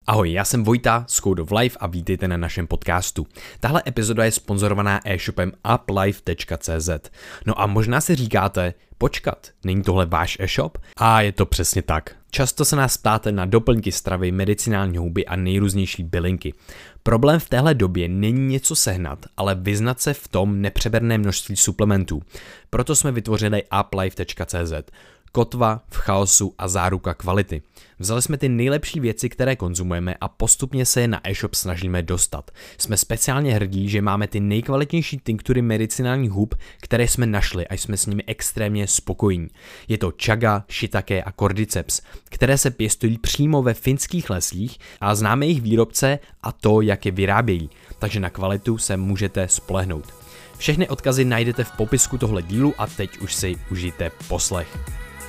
Ahoj, já jsem Vojta z Code of Life a vítejte na našem podcastu. Tahle epizoda je sponzorovaná e-shopem uplife.cz. No a možná si říkáte, počkat, není tohle váš e-shop? A je to přesně tak. Často se nás ptáte na doplňky stravy, medicinální houby a nejrůznější bylinky. Problém v téhle době není něco sehnat, ale vyznat se v tom nepřeberné množství suplementů. Proto jsme vytvořili uplife.cz. Kotva v chaosu a záruka kvality. Vzali jsme ty nejlepší věci, které konzumujeme a postupně se je na e-shop snažíme dostat. Jsme speciálně hrdí, že máme ty nejkvalitnější tinktury medicinálních hub, které jsme našli a jsme s nimi extrémně spokojení. Je to chaga, shiitake a cordyceps, které se pěstují přímo ve finských lesích a známe jejich výrobce a to, jak je vyrábějí, takže na kvalitu se můžete spolehnout. Všechny odkazy najdete v popisku tohle dílu a teď už si užijte poslech.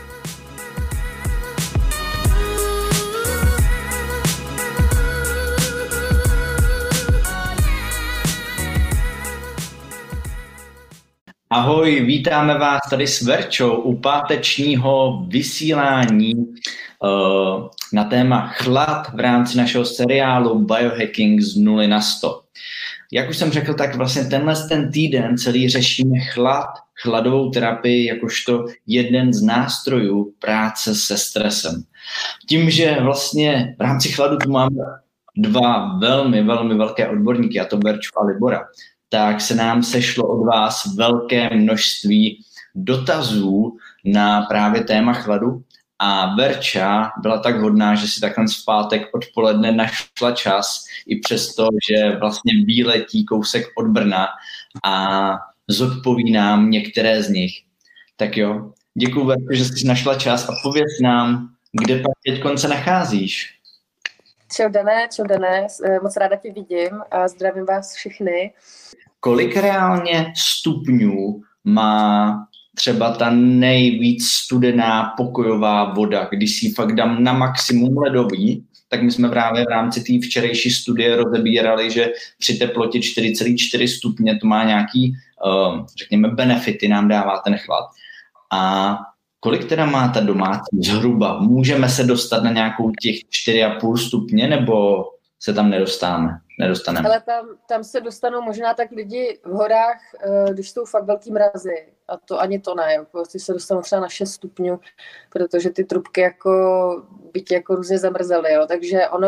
Ahoj, vítáme vás tady s Verčou u pátečního vysílání na téma chlad v rámci našeho seriálu Biohacking z 0 na 100. Jak už jsem řekl, tak vlastně ten týden celý řešíme chladovou terapii jakožto jeden z nástrojů práce se stresem. Tím, že vlastně v rámci chladu tu máme dva velmi velké odborníky, a to Verču a Libora, tak se nám sešlo od vás velké množství dotazů na právě téma chladu a Verča byla tak hodná, že si takhle v pátek odpoledne našla čas i přesto, že vlastně výletí kousek od Brna a zodpoví nám některé z nich. Tak jo, děkuju Verču, že jsi našla čas a pověz nám, kde pak teďkon se nacházíš. Čau Dané, moc ráda tě vidím a zdravím vás všechny. Kolik reálně stupňů má třeba ta nejvíc studená pokojová voda, když si ji fakt dám na maximum ledový, tak my jsme právě v rámci té včerejší studie rozebírali, že při teplotě 4,4 stupně to má nějaký, řekněme, benefity nám dává ten chlad. A kolik teda má ta domácí zhruba? Můžeme se dostat na nějakou těch 4,5 stupně, nebo se tam nedostaneme? Ale tam se dostanou možná tak lidi v horách, když jsou fakt velký mrazy. A to ani to ne. Ty se dostanou třeba na 6 stupňů, protože ty trubky jako byť jako různě zamrzely. Jo. Takže ono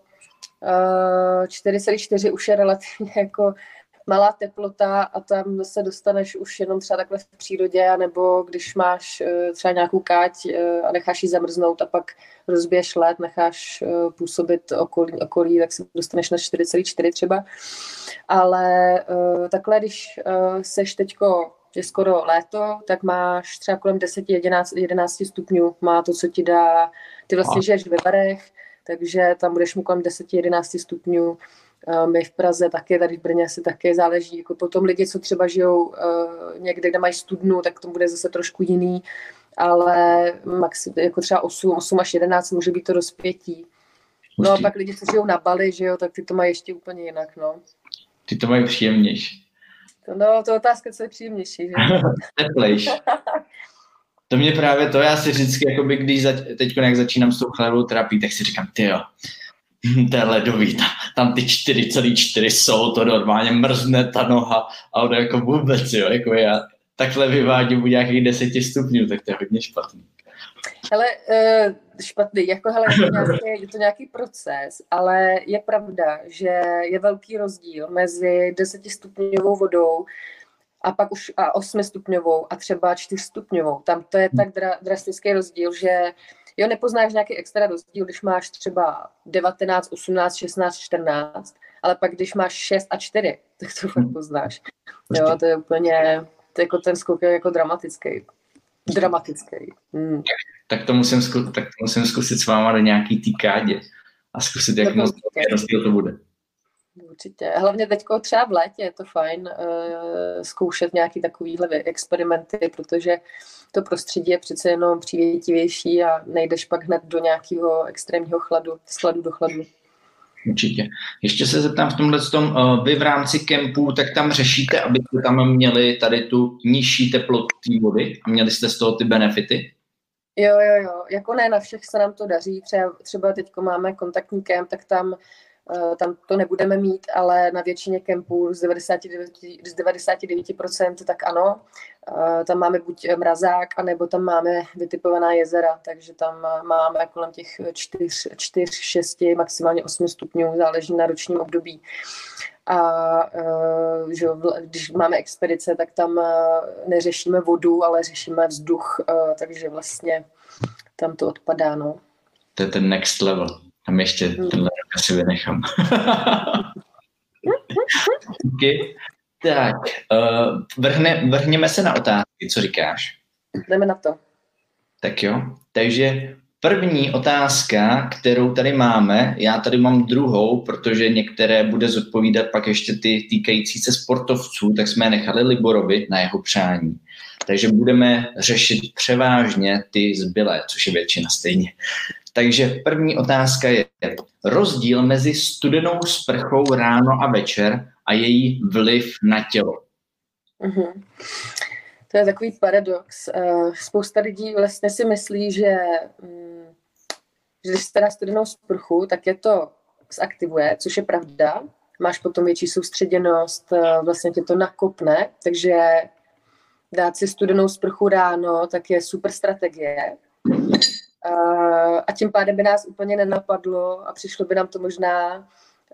4,4 už je relativně jako malá teplota a tam se dostaneš už jenom třeba takhle v přírodě, nebo když máš třeba nějakou káť a necháš ji zamrznout a pak rozbiješ led, necháš působit okolí, tak se dostaneš na 4,4 třeba. Ale takhle, když seš teďko, je skoro léto, tak máš třeba kolem 10-11 stupňů. Má to, co ti dá, ty vlastně žiješ ve Varech, takže tam budeš mu kolem 10-11 stupňů. My v Praze taky, tady v Brně si taky záleží. Jako potom lidi, co třeba žijou někde, kde mají studnu, tak to bude zase trošku jiný, ale jako třeba 8 až 11 může být to rozpětí. No a pak lidi, co žijou na Bali, že jo, tak ty to mají ještě úplně jinak, no. Ty to mají příjemnější. No, to je otázka, co je příjemnější, že? Teplejší. To mě právě to, já si vždycky, jakoby, když teď jak začínám s tou chladovou terapií, tak si říkám, tyjo, to je ledový, tam ty 4,4 jsou, to normálně mrzne ta noha a ono jako vůbec, jo, jako já takhle vyvádím u nějakých 10 stupňů, tak to je hodně špatný. Hele, špatný, jako hele, je to nějaký proces, ale je pravda, že je velký rozdíl mezi 10 stupňovou vodou a pak už 8 stupňovou a třeba 4 stupňovou. Tam to je tak drastický rozdíl, že jo, nepoznáš nějaký extra rozdíl, když máš třeba 19, 18, 16, 14, ale pak když máš 6 a 4, tak to fakt poznáš. Jo, to je úplně, to jako ten skok je jako dramatický. Tak to musím zkusit s váma do nějaký té kádě a zkusit, jak moc rozdíl to bude. Určitě. Hlavně teďko třeba v létě je to fajn zkoušet nějaký takovýhle experimenty, protože to prostředí je přece jenom přívětivější a nejdeš pak hned do nějakého extrémního chladu, z chladu do chladu. Určitě. Ještě se zeptám v tomhle tom, vy v rámci kempu, tak tam řešíte, abyste tam měli tady tu nižší teplotu té vody a měli jste z toho ty benefity? Jo, jako ne na všech se nám to daří, třeba teď máme kontaktní kemp, tak tam to nebudeme mít, ale na většině kempů z 99% tak ano. Tam máme buď mrazák, anebo tam máme vytipovaná jezera, takže tam máme kolem těch 4, 6, maximálně 8 stupňů, záleží na ročním období. A že když máme expedice, tak tam neřešíme vodu, ale řešíme vzduch, takže vlastně tam to odpadá, no. To je ten next level. Tam ještě tenhle rok asi vynechám. Okay. Tak, vrhněme se na otázky, co říkáš? Jdeme na to. Tak jo, takže první otázka, kterou tady máme, já tady mám druhou, protože některé bude zodpovídat pak ještě ty týkající se sportovců, tak jsme je nechali Liborovi na jeho přání. Takže budeme řešit převážně ty zbylé, což je většina stejně. Takže první otázka je rozdíl mezi studenou sprchou ráno a večer a její vliv na tělo. Mm-hmm. To je takový paradox. Spousta lidí vlastně si myslí, že když se dá studenou sprchu, tak je to zaktivuje, což je pravda. Máš potom větší soustředěnost, vlastně tě to nakopne, takže dát si studenou sprchu ráno, tak je super strategie. A tím pádem by nás úplně nenapadlo a přišlo by nám to možná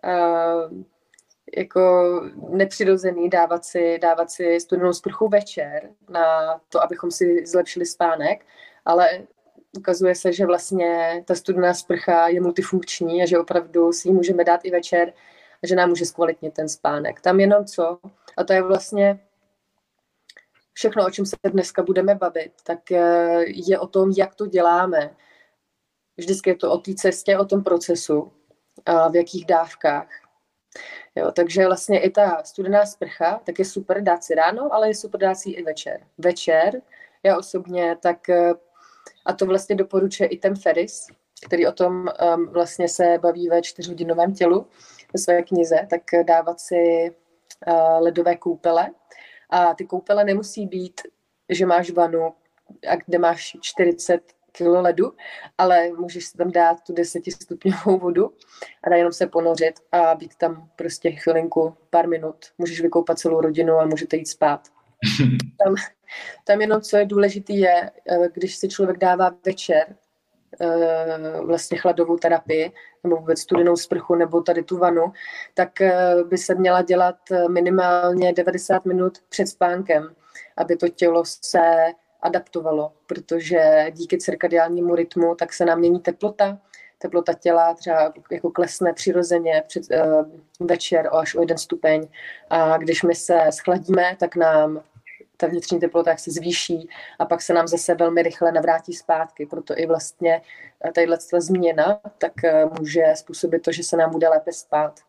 jako nepřirozený dávat si studenou sprchu večer na to, abychom si zlepšili spánek, ale ukazuje se, že vlastně ta studená sprcha je multifunkční a že opravdu si ji můžeme dát i večer a že nám může zkvalitnit ten spánek. Tam jenom co, a to je vlastně všechno, o čem se dneska budeme bavit, tak je o tom, jak to děláme. Vždycky je to o té cestě, o tom procesu, a v jakých dávkách. Jo, takže vlastně i ta studená sprcha, tak je super dát si ráno, ale je super dát si i večer. Večer, já osobně, tak a to vlastně doporučuje i Tim Ferriss, který o tom vlastně se baví ve 4hodinovém tělu ve své knize, tak dávat si ledové koupele. A ty koupele nemusí být, že máš vanu, kde máš 40 kilo ledu, ale můžeš si tam dát tu 10stupňovou vodu a jenom se ponořit a být tam prostě chvilinku, pár minut. Můžeš vykoupat celou rodinu a můžete jít spát. Tam jenom, co je důležité, je, když si člověk dává večer vlastně chladovou terapii nebo vůbec studenou sprchu nebo tady tu vanu, tak by se měla dělat minimálně 90 minut před spánkem, aby to tělo se adaptovalo, protože díky cirkadiálnímu rytmu tak se nám mění teplota těla třeba jako klesne přirozeně večer až o 1 stupeň a když my se schladíme, tak nám ta vnitřní teplota se zvýší a pak se nám zase velmi rychle navrátí zpátky. Proto i vlastně tadyhle změna tak může způsobit to, že se nám bude lépe spát.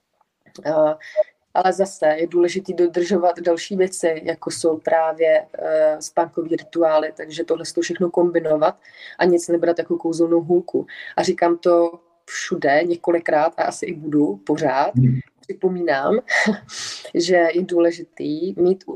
Ale zase je důležité dodržovat další věci, jako jsou právě spánkové rituály, takže tohle to všechno kombinovat a nic nebrat jako kouzelnou hůlku. A říkám to všude několikrát a asi i budu pořád. Připomínám, že je důležitý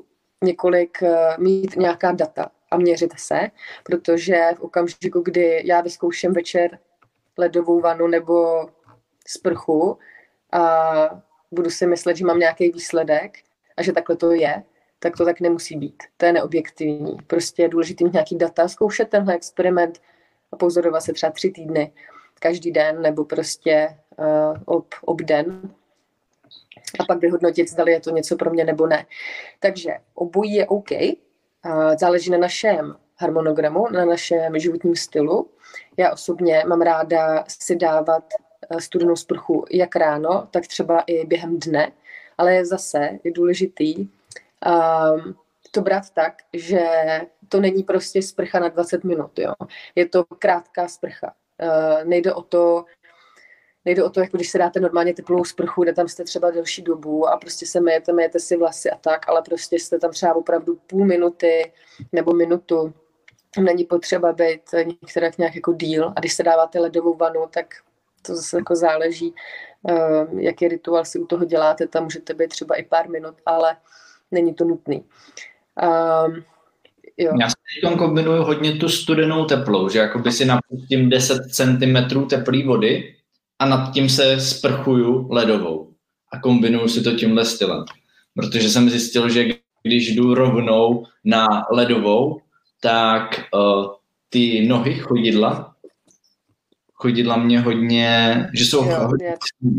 mít nějaká data a měřit se, protože v okamžiku, kdy já vyzkouším večer ledovou vanu nebo sprchu a budu si myslet, že mám nějaký výsledek a že takhle to je, tak to tak nemusí být. To je neobjektivní. Prostě je důležité mít nějaký data, zkoušet tenhle experiment a pozorovat se třeba 3 týdny každý den nebo prostě obden a pak vyhodnotit, zda je to něco pro mě nebo ne. Takže obojí je OK. Záleží na našem harmonogramu, na našem životním stylu. Já osobně mám ráda si dávat studenou sprchu jak ráno, tak třeba i během dne, ale zase je důležitý to brát tak, že to není prostě sprcha na 20 minut. Jo. Je to krátká sprcha. Nejde o to, jako když se dáte normálně teplou sprchu, kde tam jste třeba delší dobu a prostě se myjete si vlasy a tak, ale prostě jste tam třeba opravdu půl minuty nebo minutu. Není potřeba být některak nějak jako díl. A když se dáváte ledovou vanu, tak to zase jako záleží, jaký rituál si u toho děláte. Tam můžete být třeba i pár minut, ale není to nutný. jo. Já si teď kombinuju hodně tu studenou teplou, že jakoby si napustím 10 cm teplý vody a nad tím se sprchuju ledovou a kombinuju si to tímhle stylem. Protože jsem zjistil, že když jdu rovnou na ledovou, tak ty nohy chodidla mě hodně, že jsou hodně.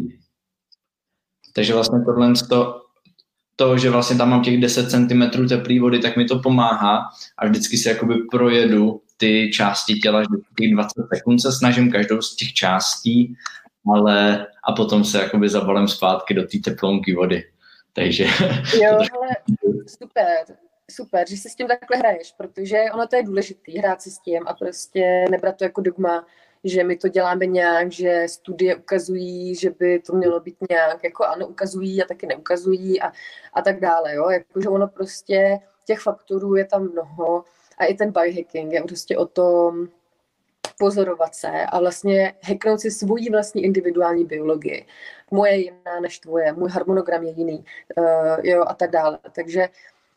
Takže vlastně tohle to, že vlastně tam mám těch 10 cm teplý vody, tak mi to pomáhá a vždycky si jakoby projedu ty části těla, že těch 20 sekund se snažím každou z těch částí, a potom se jakoby zabalím zpátky do té teplonky vody. Takže... Jo, ale super, že si s tím takhle hraješ, protože ono to je důležitý, hrát si s tím a prostě nebrat to jako dogma, že my to děláme nějak, že studie ukazují, že by to mělo být nějak, jako ano, ukazují a taky neukazují a tak dále, jo, jakože ono prostě, těch faktorů je tam mnoho a i ten biohacking je prostě o tom pozorovat se a vlastně hacknout si svoji vlastní individuální biologii. Moje je jiná než tvoje, můj harmonogram je jiný, jo, a tak dále, takže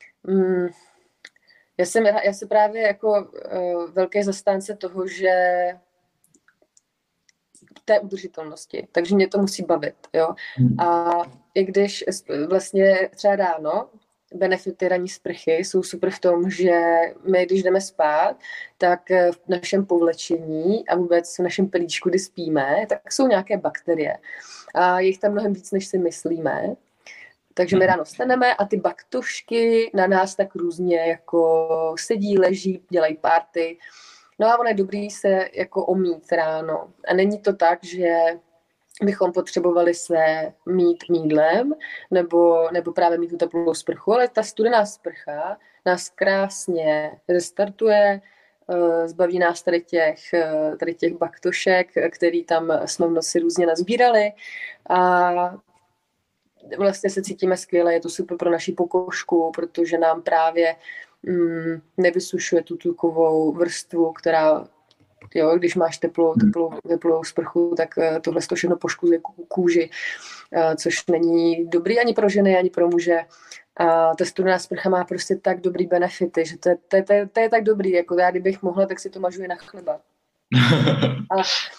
já jsem právě jako velký zastánce toho, že té udržitelnosti, takže mě to musí bavit, jo. A i když vlastně třeba ráno benefity ranní sprchy jsou super v tom, že my, když jdeme spát, tak v našem povlečení a vůbec v našem pelíčku, kdy spíme, tak jsou nějaké bakterie. A je jich tam mnohem víc, než si myslíme. Takže my ráno vstaneme a ty baktušky na nás tak různě jako sedí, leží, dělají party. No a ono je dobrý se jako omít ráno. A není to tak, že bychom potřebovali se mít mídlem nebo právě mít tu teplou sprchu, ale ta studená sprcha nás krásně restartuje, zbaví nás tady těch baktošek, který tam jsme v noci různě nazbírali a vlastně se cítíme skvěle, je to super pro naši pokožku, protože nám právě nevysušuje tu tukovou vrstvu, která, jo, když máš teplou sprchu, tak tohle to všechno poškozuje kůži, což není dobrý ani pro ženy, ani pro muže. A ta studená sprcha má prostě tak dobrý benefity, že to je tak dobrý, jako já kdybych mohla, tak si to mažu i na chleba. A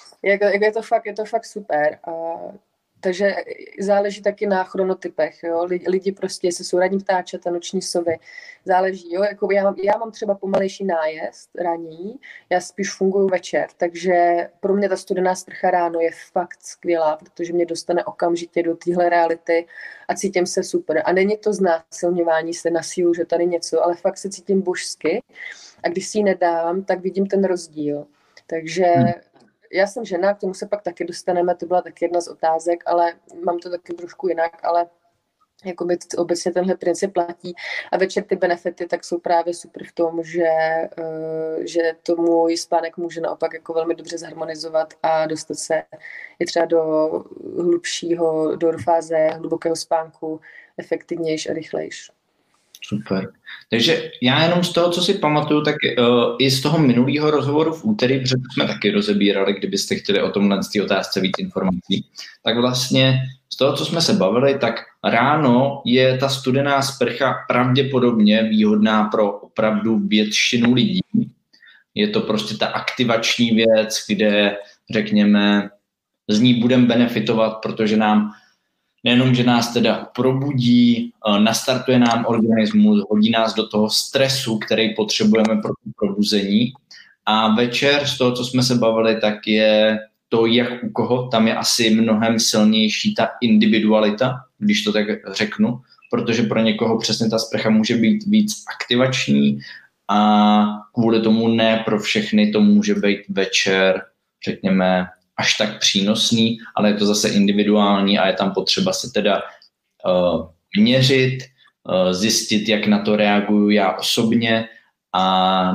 je to fakt super. Takže záleží taky na chronotypech, jo. Lidi prostě, se jsou ranní ptáčata, noční sovy, záleží, jo. Jako já mám třeba pomalejší nájezd ranní, já spíš funguju večer, takže pro mě ta studená sprcha ráno je fakt skvělá, protože mě dostane okamžitě do téhle reality a cítím se super. A není to znásilňování se na sílu, že tady něco, ale fakt se cítím božsky a když si ji nedám, tak vidím ten rozdíl. Takže já jsem žena, k tomu se pak taky dostaneme, to byla taky jedna z otázek, ale mám to taky trošku jinak, ale jakoby obecně tenhle princip platí. A večer ty benefity tak jsou právě super v tom, že to můj spánek může naopak jako velmi dobře zharmonizovat a dostat se i třeba do fáze hlubokého spánku efektivnějš a rychlejš. Super. Takže já jenom z toho, co si pamatuju, tak i z toho minulého rozhovoru v úterý, protože jsme taky rozebírali, kdybyste chtěli o tomhle z té otázce víc informací, tak vlastně z toho, co jsme se bavili, tak ráno je ta studená sprcha pravděpodobně výhodná pro opravdu většinu lidí. Je to prostě ta aktivační věc, kde, řekněme, z ní budeme benefitovat, protože nejenom, že nás teda probudí, nastartuje nám organismus, hodí nás do toho stresu, který potřebujeme pro probuzení. A večer z toho, co jsme se bavili, tak je to, jak u koho, tam je asi mnohem silnější ta individualita, když to tak řeknu, protože pro někoho přesně ta sprcha může být víc aktivační a kvůli tomu ne pro všechny to může být večer, řekněme, až tak přínosný, ale je to zase individuální a je tam potřeba se teda měřit, zjistit, jak na to reaguju já osobně a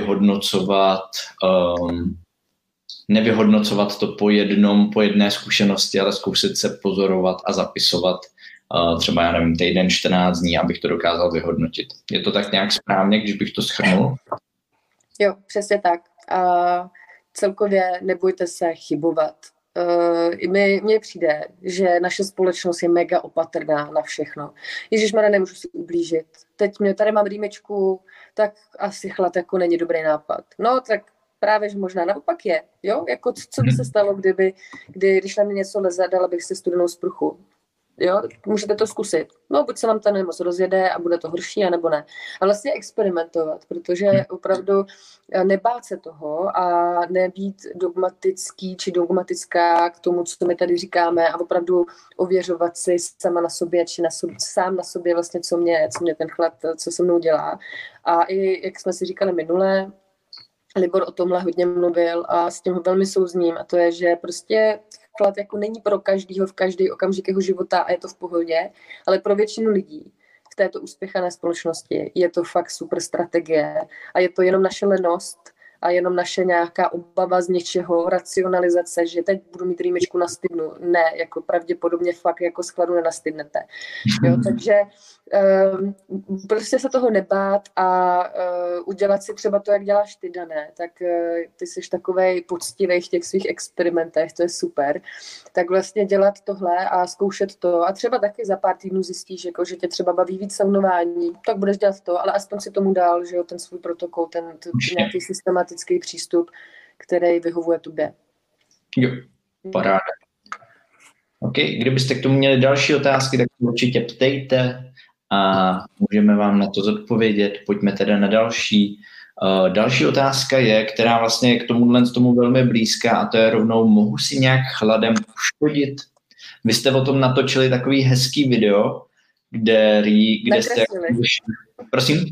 nevyhodnocovat to po jedné zkušenosti, ale zkusit se pozorovat a zapisovat třeba, já nevím, týden, 14 dní, abych to dokázal vyhodnotit. Je to tak nějak správně, když bych to shrnul? Jo, přesně tak. A celkově nebojte se chybovat. mně přijde, že naše společnost je mega opatrná na všechno. Ježišmarja, nemůžu si ublížit. Teď tady mám rýmečku, tak asi chlad jako není dobrý nápad. No, tak právě, že možná naopak je. Jo? Jako, co by se stalo, když na mě něco leze, dala bych si studenou sprchu. Jo, můžete to zkusit. No, buď se vám ta nemoc rozjede a bude to horší, anebo ne. A vlastně experimentovat, protože opravdu nebát se toho a nebýt dogmatický či dogmatická k tomu, co my tady říkáme a opravdu ověřovat si sama na sobě, či sám na sobě vlastně, co mě ten chlad, co se mnou dělá. A i, jak jsme si říkali minule, Libor o tomhle hodně mluvil a s tím velmi souzním, a to je, že prostě chlad jako není pro každýho v každý okamžik jeho života a je to v pohodě, ale pro většinu lidí v této uspěchané společnosti je to fakt super strategie a je to jenom naše lenost a jenom naše nějaká obava z něčeho, racionalizace, že teď budu mít rýmičku na stydnu. Ne, jako pravděpodobně fakt jako z chladu nenastydnete. Jo, takže prostě se toho nebát a udělat si třeba to, jak děláš ty, Dané, tak ty jsi takovej poctivej v těch svých experimentech, to je super. Tak vlastně dělat tohle a zkoušet to a třeba taky za pár týdnů zjistíš, jako, že tě třeba baví víc saunování, tak budeš dělat to, ale aspoň si tomu dál, že jo, ten svůj protokol, ten nějaký systematický přístup, který vyhovuje tobě. Jo, paráda. OK, kdybyste k tomu měli další otázky, tak určitě ptejte a můžeme vám na to zodpovědět. Pojďme teda na další. Další otázka je, která vlastně je k tomu velmi blízká, a to je rovnou, mohu si nějak chladem uškodit? Vy jste o tom natočili takový hezký video, kde jste... Prosím?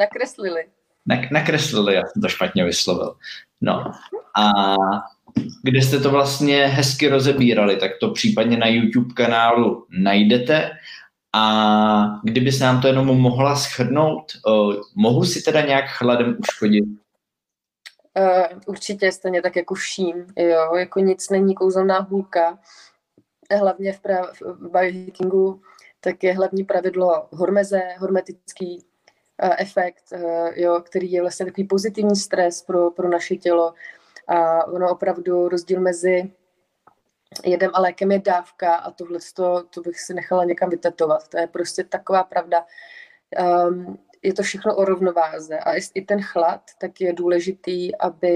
Nakreslili, já jsem to špatně vyslovil. No a kde jste to vlastně hezky rozebírali, tak to případně na YouTube kanálu najdete. A kdyby se nám to jenom mohla shrnout, mohu si teda nějak chladem uškodit? Určitě stejně tak jako vším, jo, jako nic není kouzelná hůlka. Hlavně v biohackingu tak je hlavní pravidlo hormeze, hormetický efekt, jo, který je vlastně takový pozitivní stres pro naše tělo. A ono opravdu rozdíl mezi jedem a lékem je dávka a tohle to bych si nechala někam vytetovat. To je prostě taková pravda. Je to všechno o rovnováze a i ten chlad tak je důležitý,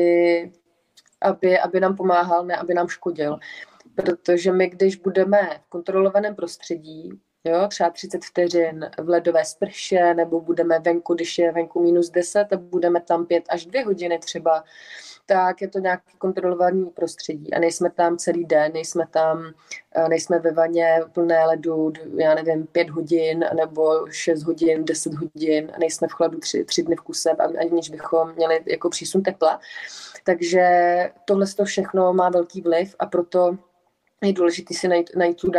aby nám pomáhal, ne aby nám škodil. Protože my, když budeme v kontrolovaném prostředí, jo, třeba 30 vteřin v ledové sprše, nebo budeme venku, když je venku -10 a budeme tam 5 až 2 hodiny třeba, tak je to nějaký kontrolovaný prostředí a nejsme tam celý den, nejsme ve vaně plné ledu, já nevím, 5 hodin nebo 6 hodin, 10 hodin, nejsme v chladu 3 dny v kuse, aniž bychom měli jako přísun tepla. Takže tohle všechno má velký vliv a proto je důležité si najít tu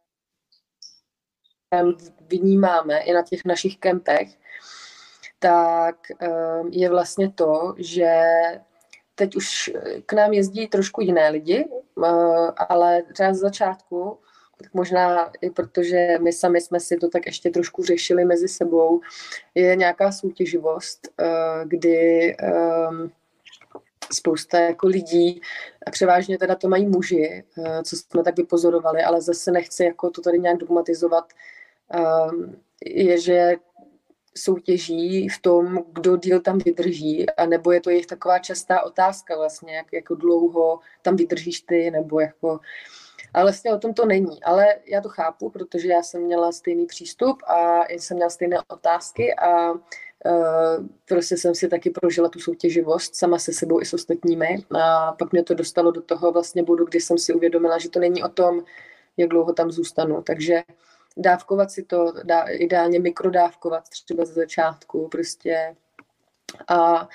vnímáme i na těch našich kempech, tak je vlastně to, že teď už k nám jezdí trošku jiné lidi, ale třeba z začátku, tak možná i protože my sami jsme si to tak ještě trošku řešili mezi sebou, je nějaká soutěživost, kdy spousta jako lidí, a převážně teda to mají muži, co jsme tak vypozorovali, ale zase nechci jako to tady nějak dogmatizovat, je, že soutěží v tom, kdo díl tam vydrží, anebo je to jejich taková častá otázka vlastně, jako dlouho tam vydržíš ty, nebo jako... Ale vlastně o tom to není. Ale já to chápu, protože já jsem měla stejný přístup a jsem měla stejné otázky a prostě jsem si taky prožila tu soutěživost sama se sebou i s ostatními a pak mě to dostalo do toho vlastně bodu, kdy jsem si uvědomila, že to není o tom, jak dlouho tam zůstanu. Takže dávkovat si to, ideálně mikrodávkovat třeba ze začátku prostě a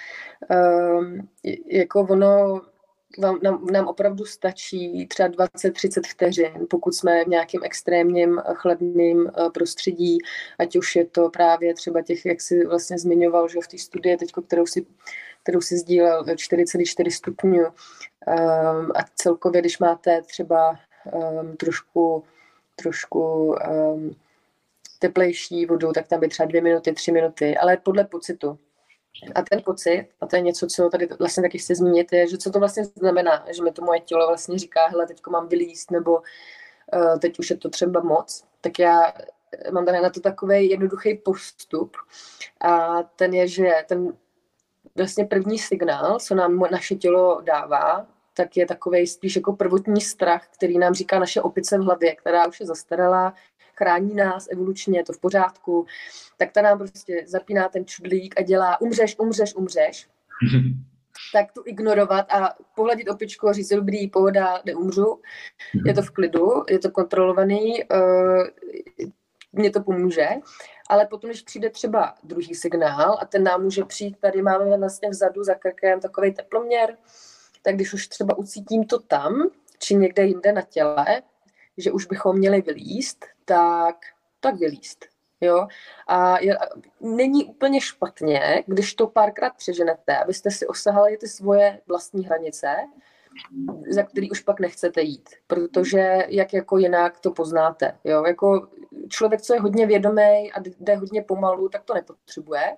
jako ono nám opravdu stačí třeba 20-30 vteřin, pokud jsme v nějakém extrémním chladným prostředí, ať už je to právě třeba těch, jak jsi vlastně zmiňoval, že v té studii teďko, kterou si sdílel 4,4 stupňů a celkově, když máte třeba trošku teplejší vodu, tak tam by třeba 2 minuty, 3 minuty, ale podle pocitu. A ten pocit, a to je něco, co tady vlastně taky chci zmínit, je, že co to vlastně znamená, že mi to moje tělo vlastně říká, hele, teďko mám vylízt, nebo teď už je to třeba moc, tak já mám tady na to takový jednoduchý postup a ten je, že ten vlastně první signál, co nám naše tělo dává, tak je takovej spíš jako prvotní strach, který nám říká naše opice v hlavě, která už je zastaralá, chrání nás evolučně, je to v pořádku, tak ta nám prostě zapíná ten čudlík a dělá umřeš. Tak tu ignorovat a pohladit opičku a říct, dobrý, pohoda, neumřu, je to v klidu, je to kontrolovaný, mě to pomůže, ale potom, když přijde třeba druhý signál a ten nám může přijít, tady máme vlastně vzadu za krkem takovej teploměr, tak když už třeba ucítím to tam, či někde jinde na těle, že už bychom měli vylízt, tak vylízt. Jo? A není úplně špatně, když to párkrát přeženete, abyste si osahali ty svoje vlastní hranice, za který už pak nechcete jít. Protože jak jako jinak to poznáte. Jo? Jako člověk, co je hodně vědomý a jde hodně pomalu, tak to nepotřebuje.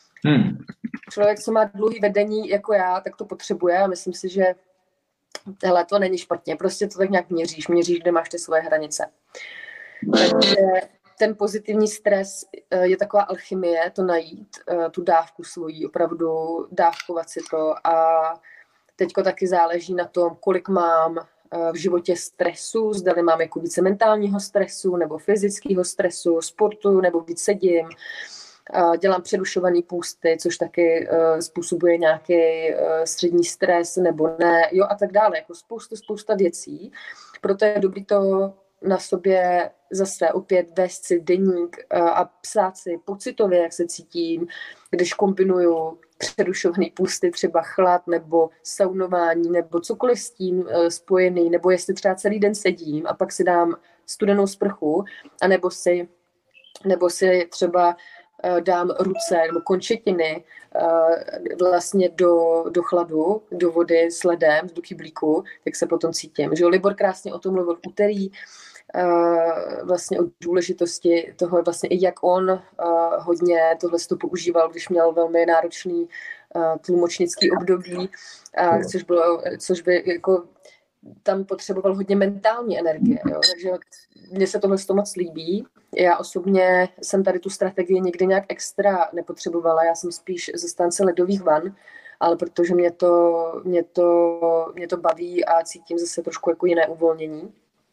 Člověk, co má dlouhý vedení jako já, tak to potřebuje a myslím si, že hele, to není špatně. Prostě to tak nějak měříš, kde máš ty svoje hranice. Takže ten pozitivní stres je taková alchymie, to najít, tu dávku svojí, opravdu dávkovat si to a teďko taky záleží na tom, kolik mám v životě stresu, zdali mám jako více mentálního stresu nebo fyzického stresu, sportu nebo víc sedím. Dělám přerušovaný půsty, což taky způsobuje nějaký střední stres nebo ne, jo a tak dále, jako spousta věcí. Proto je dobré to na sobě zase opět vést si deník a psát si pocitově, jak se cítím, když kombinuju přerušovaný půsty, třeba chlad nebo saunování nebo cokoliv s tím spojený, nebo jestli třeba celý den sedím a pak si dám studenou sprchu, anebo nebo si třeba dám ruce nebo končetiny vlastně do chladu, do vody s ledem, do kyblíku, tak se potom cítím. Že Libor krásně o tom mluvil v úterý, vlastně o důležitosti toho, vlastně i jak on hodně tohle to používal, když měl velmi náročný tlumočnický období, což by jako tam potřeboval hodně mentální energie, jo? Takže mně se tohle moc líbí. Já osobně jsem tady tu strategii nikdy nějak extra nepotřebovala, já jsem spíš zastánce ledových van, ale protože mě to baví a cítím zase trošku jako jiné uvolnění.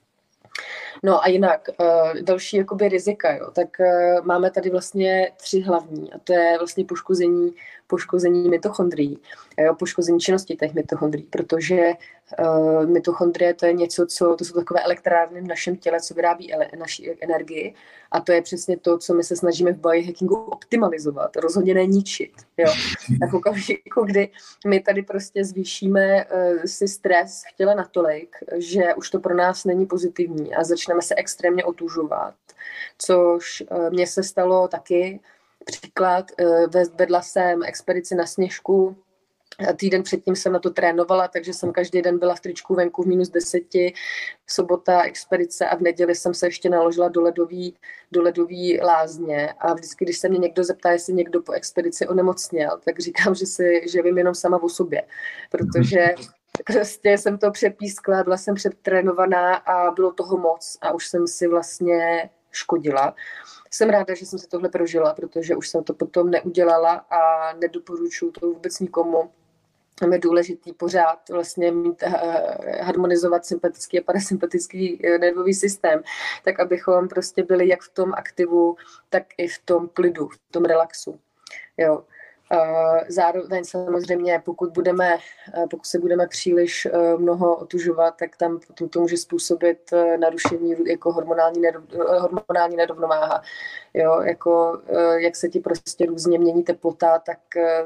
No a jinak, další jakoby rizika, jo, tak máme tady vlastně 3 hlavní a to je vlastně poškození mitochondrií, jo, poškození činnosti těch mitochondrií, protože mitochondrie to je něco, to jsou takové elektrárny v našem těle, co vyrábí naši energii a to je přesně to, co my se snažíme v biohackingu optimalizovat, rozhodně ne ničit, jo. Tak v okamžiku, kdy my tady prostě zvýšíme si stres v těle natolik, že už to pro nás není pozitivní a začneme se extrémně otužovat, což mně se stalo taky. Příklad, vedla jsem expedici na Sněžku, týden předtím jsem na to trénovala, takže jsem každý den byla v tričku venku v -10, sobota expedice a v neděli jsem se ještě naložila do ledový lázně a vždycky, když se mě někdo zeptá, jestli někdo po expedici onemocněl, tak říkám, že vím jenom sama o sobě, protože prostě jsem to přepískla, byla jsem přetrénovaná a bylo toho moc a už jsem si vlastně škodila. Jsem ráda, že jsem se tohle prožila, protože už jsem to potom neudělala a nedoporučuju to vůbec nikomu. Je důležitý pořád vlastně mít, harmonizovat sympatický a parasympatický nervový systém, tak abychom prostě byli jak v tom aktivu, tak i v tom klidu, v tom relaxu. Jo. Zároveň samozřejmě, pokud se budeme příliš mnoho otužovat, tak tam to může způsobit narušení jako hormonální nerovnováha. Jo, jako, jak se ti prostě různě mění teplota, tak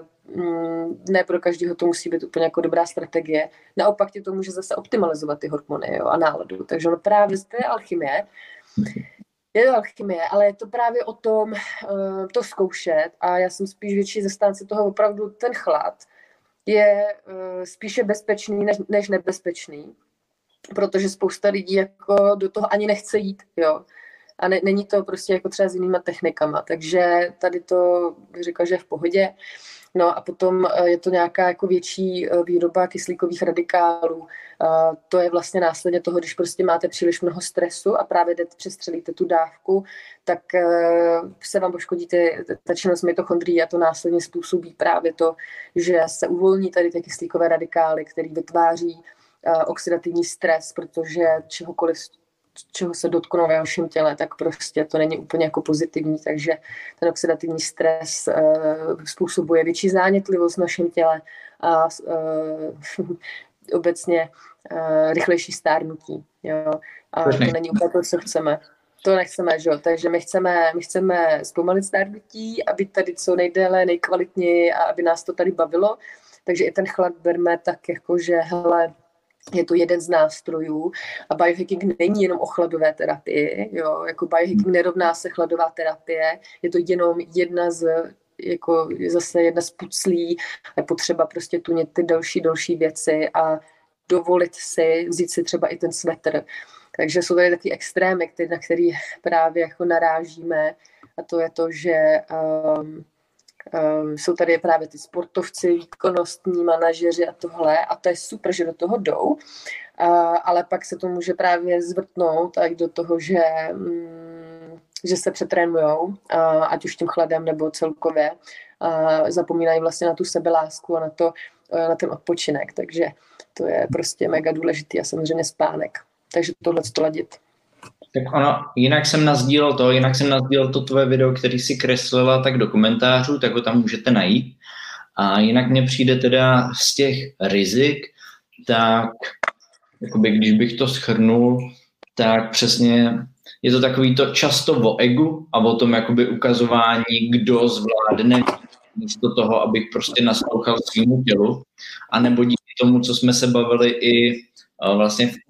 ne pro každého to musí být úplně jako dobrá strategie. Naopak ti to může zase optimalizovat ty hormony, jo, a náladu. Takže právě to je alchymie. Je to alchymie, ale je to právě o tom to zkoušet a já jsem spíš větší zastánce toho, opravdu ten chlad je spíše bezpečný než nebezpečný, protože spousta lidí jako do toho ani nechce jít, jo. a není to prostě jako třeba s jinýma technikama, takže tady to bych řekla, že je v pohodě. No a potom je to nějaká jako větší výroba kyslíkových radikálů. To je vlastně následně toho, když prostě máte příliš mnoho stresu a právě přestřelíte tu dávku, tak se vám poškodí ta činnost mitochondrií a to následně způsobí právě to, že se uvolní tady ty kyslíkové radikály, který vytváří oxidativní stres, protože čeho se dotknou ve vašem těle, tak prostě to není úplně jako pozitivní, takže ten oxidativní stres způsobuje větší zánětlivost v našem těle a obecně rychlejší stárnutí. Jo? A to není úplně to, co chceme. To nechceme, že jo? Takže my chceme zpomalit stárnutí, aby tady co nejdéle, nejkvalitněji a aby nás to tady bavilo. Takže i ten chlad berme tak jako, že hele, je to jeden z nástrojů a biohacking není jenom o chladové terapii, jo, jako biohacking nerovná se chladová terapie, je to jenom jedna z puclí, je potřeba prostě tunit ty další věci a dovolit si, vzít si třeba i ten svetr. Takže jsou tady taky extrémy, na který právě jako narážíme a to je to, že jsou tady právě ty sportovci, výkonnostní manažeři a tohle a to je super, že do toho jdou, ale pak se to může právě zvrtnout a do toho, že se přetrénujou, ať už tím chladem nebo celkově, zapomínají vlastně na tu sebelásku a na ten odpočinek, takže to je prostě mega důležitý a samozřejmě spánek, takže tohle to ladit. Tak ono, jinak jsem nazdílel to tvoje video, který si kreslila tak do komentářů, tak ho tam můžete najít. A jinak mně přijde teda z těch rizik, tak jakoby, když bych to shrnul, tak přesně je to takový to často o egu a o tom jakoby ukazování, kdo zvládne místo toho, abych prostě naslouchal svýmu tělu. A nebo díky tomu, co jsme se bavili i vlastně v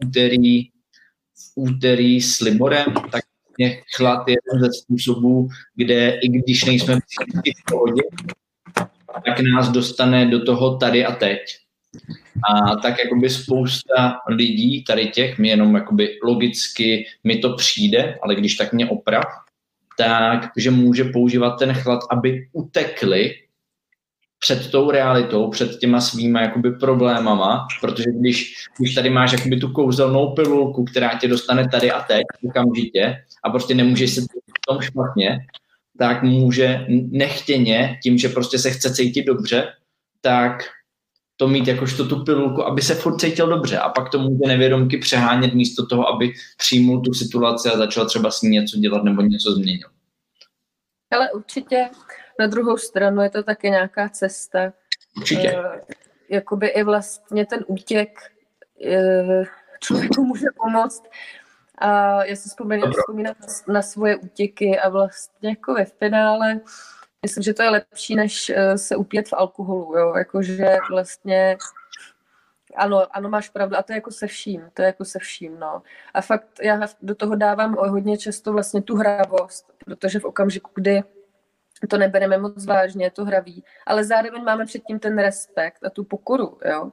úterý s Liborem, tak chlad je jeden ze způsobů, kde i když nejsme v pohodě, tak nás dostane do toho tady a teď. A tak jakoby spousta lidí, tady těch, mi jenom jakoby logicky mi to přijde, ale když tak mě oprav, tak, že může používat ten chlad, aby utekli před tou realitou, před těma svýma jakoby problémama, protože když tady máš jakoby tu kouzelnou pilulku, která tě dostane tady a teď okamžitě a prostě nemůžeš se cítit v tom špatně, tak může nechtěně, tím, že prostě se chce cítit dobře, tak to mít jakožto tu pilulku, aby se furt cítil dobře a pak to může nevědomky přehánět místo toho, aby přijmul tu situaci a začal třeba s ní něco dělat nebo něco změnil. Ale určitě na druhou stranu je to taky nějaká cesta. Určitě. Jakoby i vlastně ten útěk člověku může pomoct. A já si vzpomínám na svoje útěky a vlastně jako ve finále myslím, že to je lepší, než se upít v alkoholu. Jo? Jakože vlastně ano, máš pravdu a to je jako se vším, no. A fakt já do toho dávám hodně často vlastně tu hravost, protože v okamžiku, kdy to nebereme moc vážně, je to hravý, ale zároveň máme předtím ten respekt a tu pokoru, jo,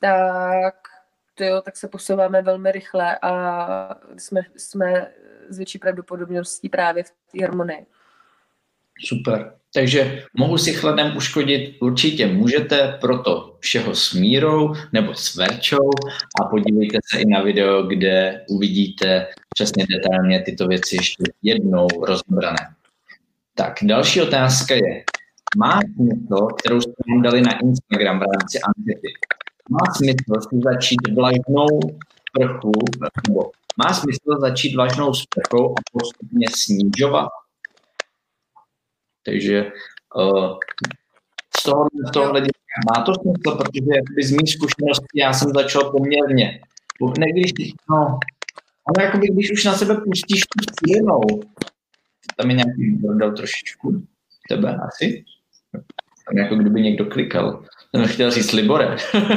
tak se posouváme velmi rychle a jsme s větší pravděpodobností právě v té harmonii. Super. Takže mohu si chladem uškodit? Určitě můžete, proto všeho s Mírou nebo s Verčou a podívejte se i na video, kde uvidíte přesně detailně tyto věci ještě jednou rozebrané. Tak, další otázka je, má smysl, kterou jste nám dali na Instagram v rámci ankety, má smysl si začít vlažnou sprchu, nebo má smysl začít vlažnou sprchou a postupně snižovat? Takže z toho hlediska má to smysl, protože z mých zkušeností já jsem začal poměrně, ale jakoby, když už na sebe pustíš tu sílinou, tam je nějaký dodal trošičku tebe asi, tam jako kdyby někdo klikal, jsem chtěl říct Libore.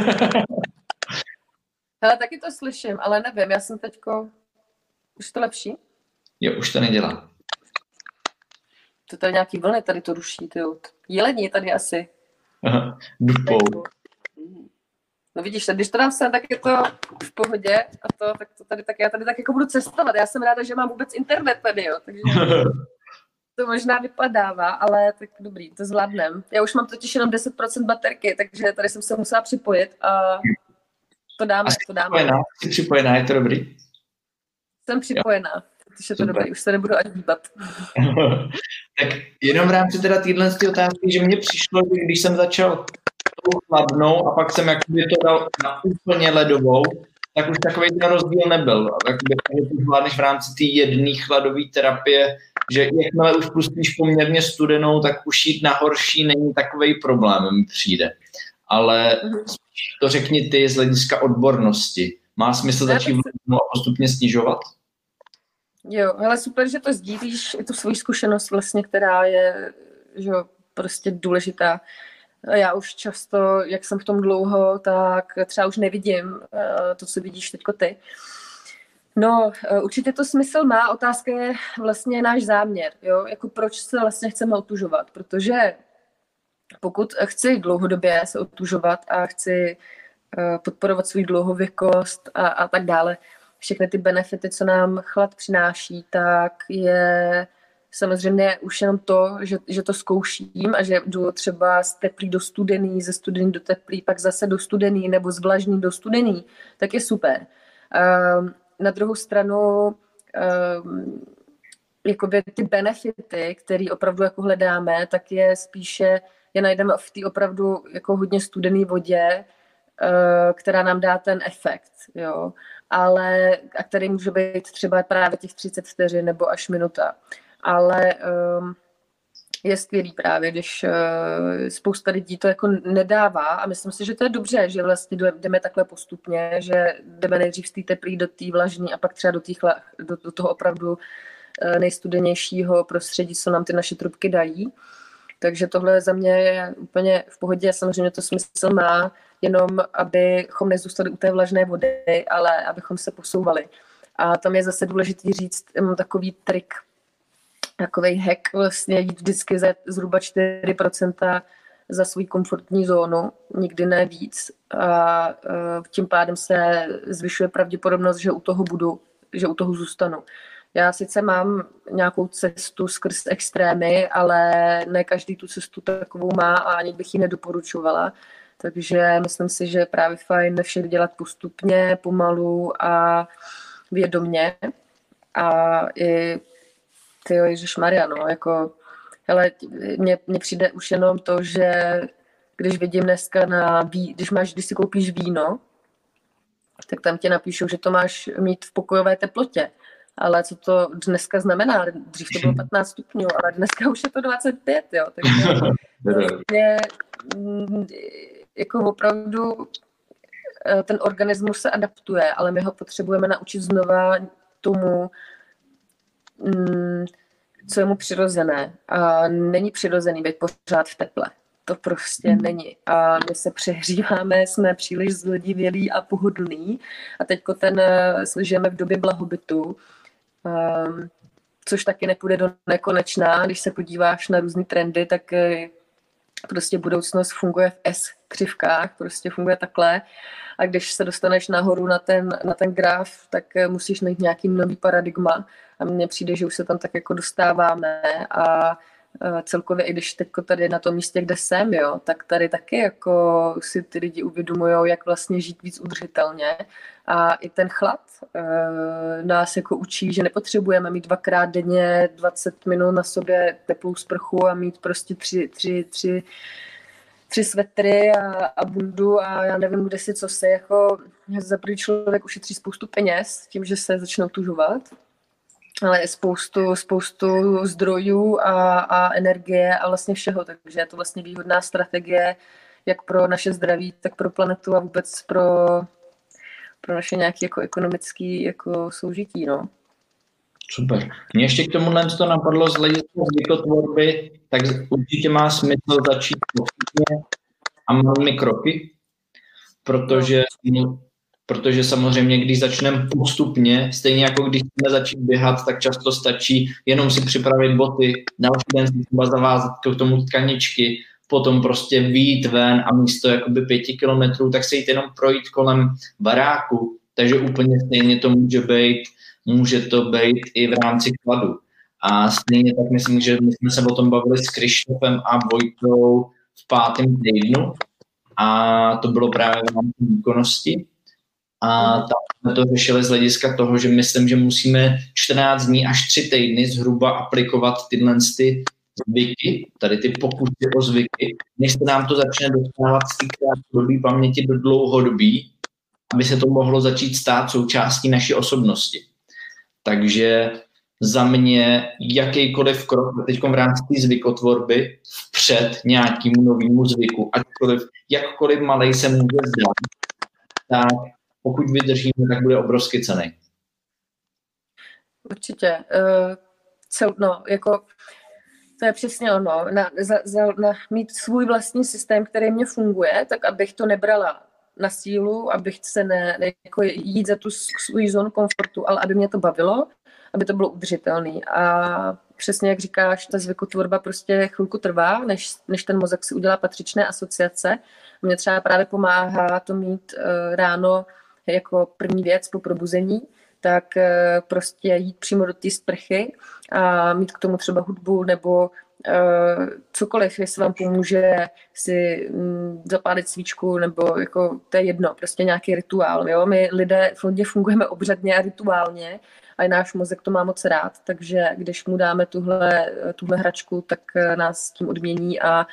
Hele, taky to slyším, ale nevím, já jsem teďko, už to lepší? Jo, už to nedělá. To tady nějaký vlny, tady to ruší, jelení tady asi. Aha, dupou. No vidíš, když to dám sem, tak je to v pohodě a já tady tak jako budu cestovat. Já jsem ráda, že mám vůbec internet tady, jo, takže to možná vypadává, ale tak dobrý, to zvládnem. Já už mám totiž jenom 10% baterky, takže tady jsem se musela připojit a to dáme. Jsi připojená, je to dobrý? Jsem připojená, protože je to dobrý, už se nebudu ani dívat. Tak jenom v rámci teda téhle otázky, že mně přišlo, že když jsem začal tou chladnou a pak jsem jakoby to dal na úplně ledovou, tak už takový ten rozdíl nebyl. Jakoby to zvládneš v rámci té jedné chladové terapie, že jakmile už pustíš poměrně studenou, tak už jít na horší není takovej problém, mi přijde. Ale to řekni ty z hlediska odbornosti. Má smysl začít a postupně snižovat? Jo, ale super, že to sdílíš, tu svoji zkušenost vlastně, která je že prostě důležitá. Já už často, jak jsem v tom dlouho, tak třeba už nevidím to, co vidíš teďko ty. No, určitě to smysl má. Otázka je vlastně náš záměr, jo? Jako proč se vlastně chceme otužovat, protože pokud chci dlouhodobě se otužovat a chci podporovat svou dlouhověkost a tak dále, všechny ty benefity, co nám chlad přináší, tak je samozřejmě už jenom to, že to zkouším a že jdu třeba z teplý do studený, ze studený do teplý, pak zase do studený nebo z vlažný do studený, tak je super. Na druhou stranu jakoby ty benefity, které opravdu jako hledáme, tak je spíše, je najdeme v té opravdu jako hodně studené vodě, která nám dá ten efekt, jo. Ale, a který může být třeba právě těch 30 vteřin nebo až minuta. Ale je skvělý právě, když spousta lidí to jako nedává a myslím si, že to je dobře, že vlastně jdeme takhle postupně, že jdeme nejdřív z té teplý do té vlažní a pak třeba do toho opravdu nejstudenějšího prostředí, co nám ty naše trubky dají. Takže tohle za mě je úplně v pohodě, samozřejmě to smysl má, jenom abychom nezůstali u té vlažné vody, ale abychom se posouvali. A tam je zase důležitý říct takový trik, takovej hack, vlastně jít vždycky zhruba 4% za svou komfortní zónu, nikdy ne víc. A tím pádem se zvyšuje pravděpodobnost, že u toho budu, že u toho zůstanu. Já sice mám nějakou cestu skrz extrémy, ale ne každý tu cestu takovou má a ani bych ji nedoporučovala. Takže myslím si, že je právě fajn vše dělat postupně, pomalu a vědomně. A i tyjo, ježišmarja, no, jako, hele, mně přijde už jenom to, že když vidím dneska když si koupíš víno, tak tam ti napíšou, že to máš mít v pokojové teplotě. Ale co to dneska znamená? Dřív to bylo 15 stupňů, ale dneska už je to 25, jo. Takže vlastně, jako opravdu ten organismus se adaptuje, ale my ho potřebujeme naučit znova tomu, co je mu přirozené. A není přirozený být pořád v teple. To prostě není. A my se přehříváme, jsme příliš zlodivělí a pohodlní. A teďko žijeme v době blahobytu, což taky nepůjde do nekonečná. Když se podíváš na různý trendy, tak prostě budoucnost funguje v S-křivkách, prostě funguje takhle. A když se dostaneš nahoru na ten graf, tak musíš najít nějaký nový paradigma. A mně přijde, že už se tam tak jako dostáváme a celkově, i když teďko tady na tom místě, kde jsem, jo, tak tady taky jako si ty lidi uvědomujou, jak vlastně žít víc udržitelně. A i ten chlad nás jako učí, že nepotřebujeme mít 2krát denně 20 minut na sobě teplou sprchu a mít prostě tři svetry a bundu a já nevím, kde si co se, jako za první člověk ušetří spoustu peněz tím, že se začne otužovat, ale je spoustu zdrojů a energie a vlastně všeho, takže je to vlastně výhodná strategie jak pro naše zdraví, tak pro planetu a vůbec pro naše nějaké jako ekonomické jako soužití, no. Super. Mě ještě k tomuhle to napadlo z hlediska zvykotvorby, tak určitě má smysl začít postupně a malými kroky, protože samozřejmě, když začneme postupně, stejně jako když chceme začít běhat, tak často stačí jenom si připravit boty, další den si třeba zavázat k tomu tkaničky, potom prostě vyjít ven a místo jakoby 5 kilometrů, tak se jít jenom projít kolem baráku, takže úplně stejně to může to být i v rámci chladu. A stejně tak myslím, že my jsme se o tom bavili s Krištofem a Vojtou v 5. týdnu a to bylo právě v rámci výkonnosti. A tam jsme to řešili z hlediska toho, že myslím, že musíme 14 dní až 3 týdny zhruba aplikovat tyhle zvyky, tady ty pokusy o zvyky, než se nám to začne dostávat z té krátkodobé paměti do dlouhodobí, aby se to mohlo začít stát součástí naší osobnosti. Takže za mě jakýkoliv krok teď v rámci té zvykotvorby vpřed nějakému novému zvyku, jakkoliv malej se může zdát, tak pokud vydržíme, tak bude obrovsky cenný. Určitě. To je přesně ono. Mít svůj vlastní systém, který mě funguje, tak abych to nebrala na sílu, abych se jako jít za tu svůj zónu komfortu, ale aby mě to bavilo, aby to bylo udržitelné. A přesně jak říkáš, ta zvykotvorba prostě chvilku trvá, než ten mozek si udělá patřičné asociace. Mně třeba právě pomáhá to mít ráno jako první věc po probuzení, tak prostě jít přímo do té sprchy a mít k tomu třeba hudbu nebo cokoliv, jestli vám pomůže si zapálit svíčku nebo jako to je jedno, prostě nějaký rituál. Jo? My lidé fungujeme obřadně a rituálně a náš mozek to má moc rád, takže když mu dáme tuhle hračku, tak nás tím odmění a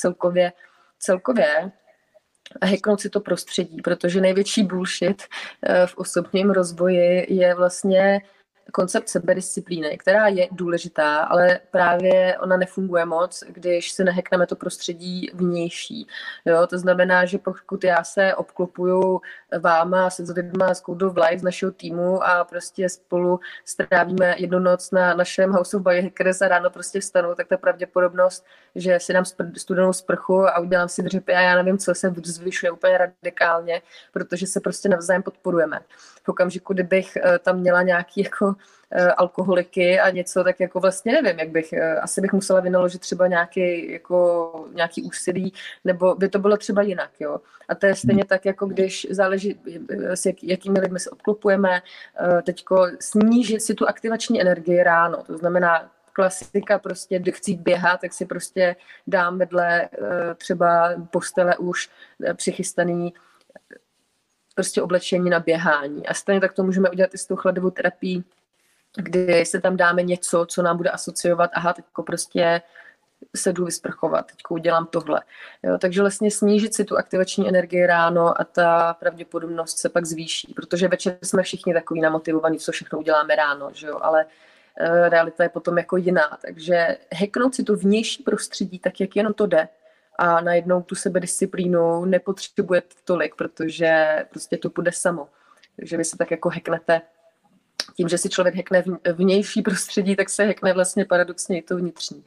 celkově hacknout si to prostředí, protože největší bullshit v osobním rozvoji je vlastně koncept sebedisciplíny, která je důležitá, ale právě ona nefunguje moc, když si nehackneme to prostředí vnější. Jo? To znamená, že pokud já se obklopuju váma se lidma z Code of Life z našeho týmu a prostě spolu strávíme jednu noc na našem House of Biohackers a ráno prostě vstanu, tak ta pravděpodobnost, že si dám studenou sprchu a udělám si dřepy a já nevím co, se zvyšuje úplně radikálně, protože se prostě navzájem podporujeme. V okamžiku, kdybych tam měla nějaký jako alkoholiky a něco, tak jako vlastně nevím, jak bych, asi bych musela vynaložit třeba nějaký úsilí, nebo by to bylo třeba jinak, jo. A to je stejně tak, jako když záleží, s jakými lidmi se obklopujeme, teďko snížit si tu aktivační energii ráno, to znamená klasika, prostě kdy chci běhat, tak si prostě dám vedle třeba postele už přichystaný prostě oblečení na běhání. A stejně tak to můžeme udělat i s tou chladovou terapií, kdy se tam dáme něco, co nám bude asociovat, aha, teďko prostě se jdu vysprchovat, teďko udělám tohle. Jo, takže vlastně snížit si tu aktivační energii ráno a ta pravděpodobnost se pak zvýší, protože večer jsme všichni takový namotivovaní, co všechno uděláme ráno, že jo, ale realita je potom jako jiná, takže hacknout si to vnější prostředí tak, jak jenom to jde, a najednou tu sebedisciplínu nepotřebujete tolik, protože prostě to půjde samo. Takže vy se tak jako hacknete. Tím, že si člověk hackne vnější prostředí, tak se hackne vlastně paradoxně i to vnitřní.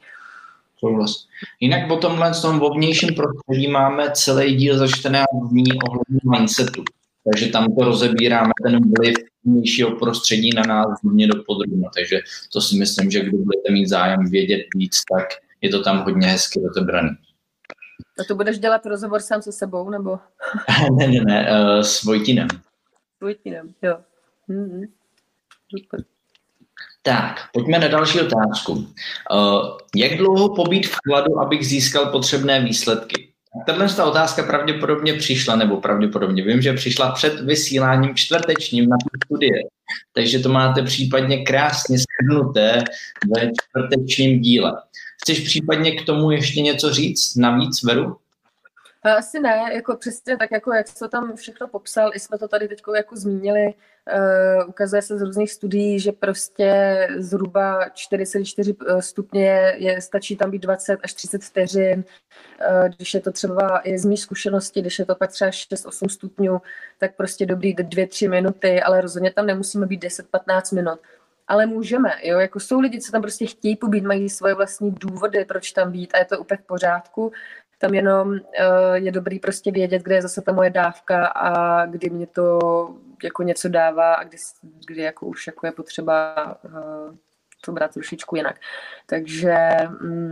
Jinak po tomhle v tom vnějším prostředí máme celý díl za 14 dní ohledně mindsetu. Takže tam to rozebíráme, ten vliv vnějšího prostředí na nás hodně dopodrobna. Takže to si myslím, že kdo budete mít zájem vědět víc, tak je to tam hodně hezky rozebraný. A to budeš dělat rozhovor sám se sebou, nebo? Ne, s Vojtinem. S Vojtinem, jo. Super. Tak, pojďme na další otázku. Jak dlouho pobít v chladu, abych získal potřebné výsledky? Tato otázka pravděpodobně vím, že přišla před vysíláním čtvrtečním na studie, takže to máte případně krásně shrnuté ve čtvrtečním díle. Chceš případně k tomu ještě něco říct navíc, Veru? Asi ne, jako přesně tak, jako jak jsi to tam všechno popsal, i jsme to tady teď jako zmínili, ukazuje se z různých studií, že prostě zhruba 4,4 stupně stačí tam být 20 až 30 vteřin, když je to třeba i z mý zkušenosti, když je to pak třeba 6-8 stupňů, tak prostě dobrý 2-3 minuty, ale rozhodně tam nemusíme být 10-15 minut. Ale můžeme, jo, jako jsou lidi, co tam prostě chtějí pobít, mají svoje vlastní důvody, proč tam být a je to úplně v pořádku. Tam jenom je dobrý prostě vědět, kde je zase ta moje dávka a kdy mě to jako něco dává a kdy jako už jako je potřeba to brát trošičku jinak. Takže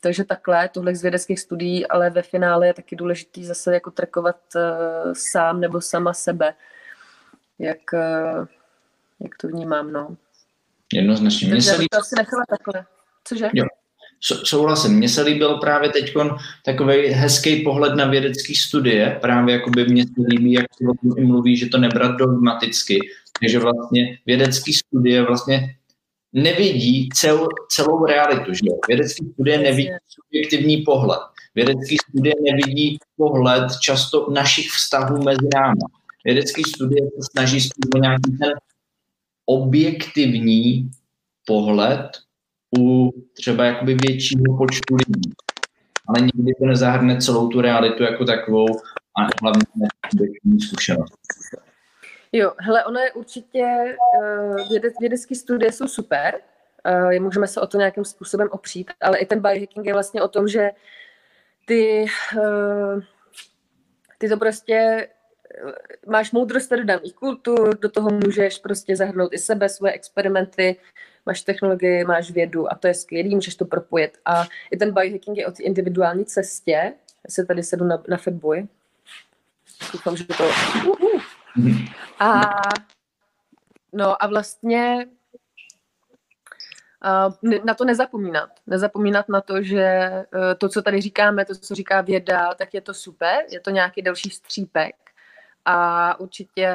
Takže takhle, tohle z vědeckých studií, ale ve finále je taky důležitý zase jako trackovat sám nebo sama sebe. Jak to vnímám, no. Jednoznačně. Takže bych to asi nechala takhle. Cože? Jo. Souhlasím. Mně se líbil právě teď takový hezký pohled na vědecké studie. Právě jakoby mně se líbí, jak se o tom i mluví, že to nebrat dogmaticky. Takže vlastně vědecké studie vlastně nevidí celou realitu. Že? Vědecké studie nevidí subjektivní pohled. Vědecké studie nevidí pohled často našich vztahů mezi námi. Vědecké studie se snaží spíš o nějaký ten objektivní pohled u třeba jakoby většího počtu lidí. Ale nikdy to nezahrne celou tu realitu jako takovou a hlavně ne zkušenost. Jo, hele, ono je určitě, vědecké studie jsou super, můžeme se o to nějakým způsobem opřít, ale i ten biohacking je vlastně o tom, že ty to prostě máš moudrost starodávných kultur, do toho můžeš prostě zahrnout i sebe, svoje experimenty, máš technologii, máš vědu a to je skvělý, můžeš to propojit. A i ten biohacking je o té individuální cestě. Já se tady sedu na Fatboy. Doufám, že to... A vlastně na to nezapomínat. Nezapomínat na to, že to, co tady říkáme, to, co říká věda, tak je to super, je to nějaký další střípek. A určitě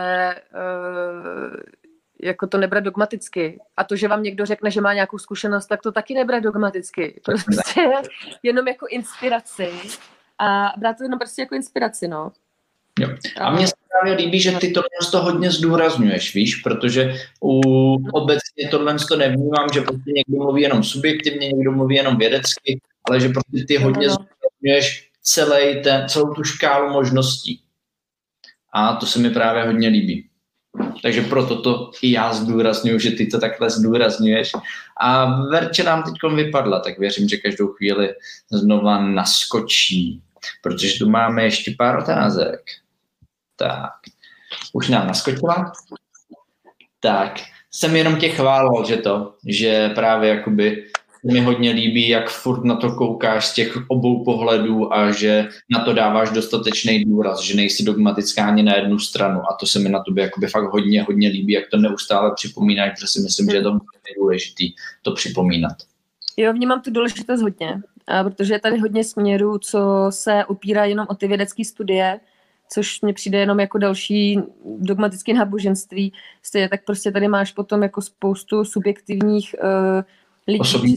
jako to nebrat dogmaticky. A to, že vám někdo řekne, že má nějakou zkušenost, tak to taky nebrat dogmaticky. Prostě jenom jako inspiraci. A brát to jenom prostě jako inspiraci, no. Jo. A mně se právě líbí, že ty to hodně zdůrazňuješ, víš, protože obecně tohle to nevnímám, že prostě někdo mluví jenom subjektivně, někdo mluví jenom vědecky, ale že prostě ty hodně zdůrazňuješ celou tu škálu možností. A to se mi právě hodně líbí. Takže proto to i já zdůrazňuji, že ty to takhle zdůrazňuješ. A Verče nám teď vypadla, tak věřím, že každou chvíli znova naskočí, protože tu máme ještě pár otázek. Tak, už nám naskočila. Tak, jsem jenom tě chválil, že právě jakoby mi hodně líbí, jak furt na to koukáš z těch obou pohledů a že na to dáváš dostatečný důraz, že nejsi dogmatická ani na jednu stranu a to se mi na tobě jakoby fakt hodně, hodně líbí, jak to neustále připomínáš, protože si myslím, že je to důležitý to připomínat. Jo, vnímám tu důležitost hodně, protože je tady hodně směrů, co se opírá jenom o ty vědecké studie, což mně přijde jenom jako další dogmatické náboženství. Stejně tak prostě tady máš potom jako spoustu subjektivních lidí.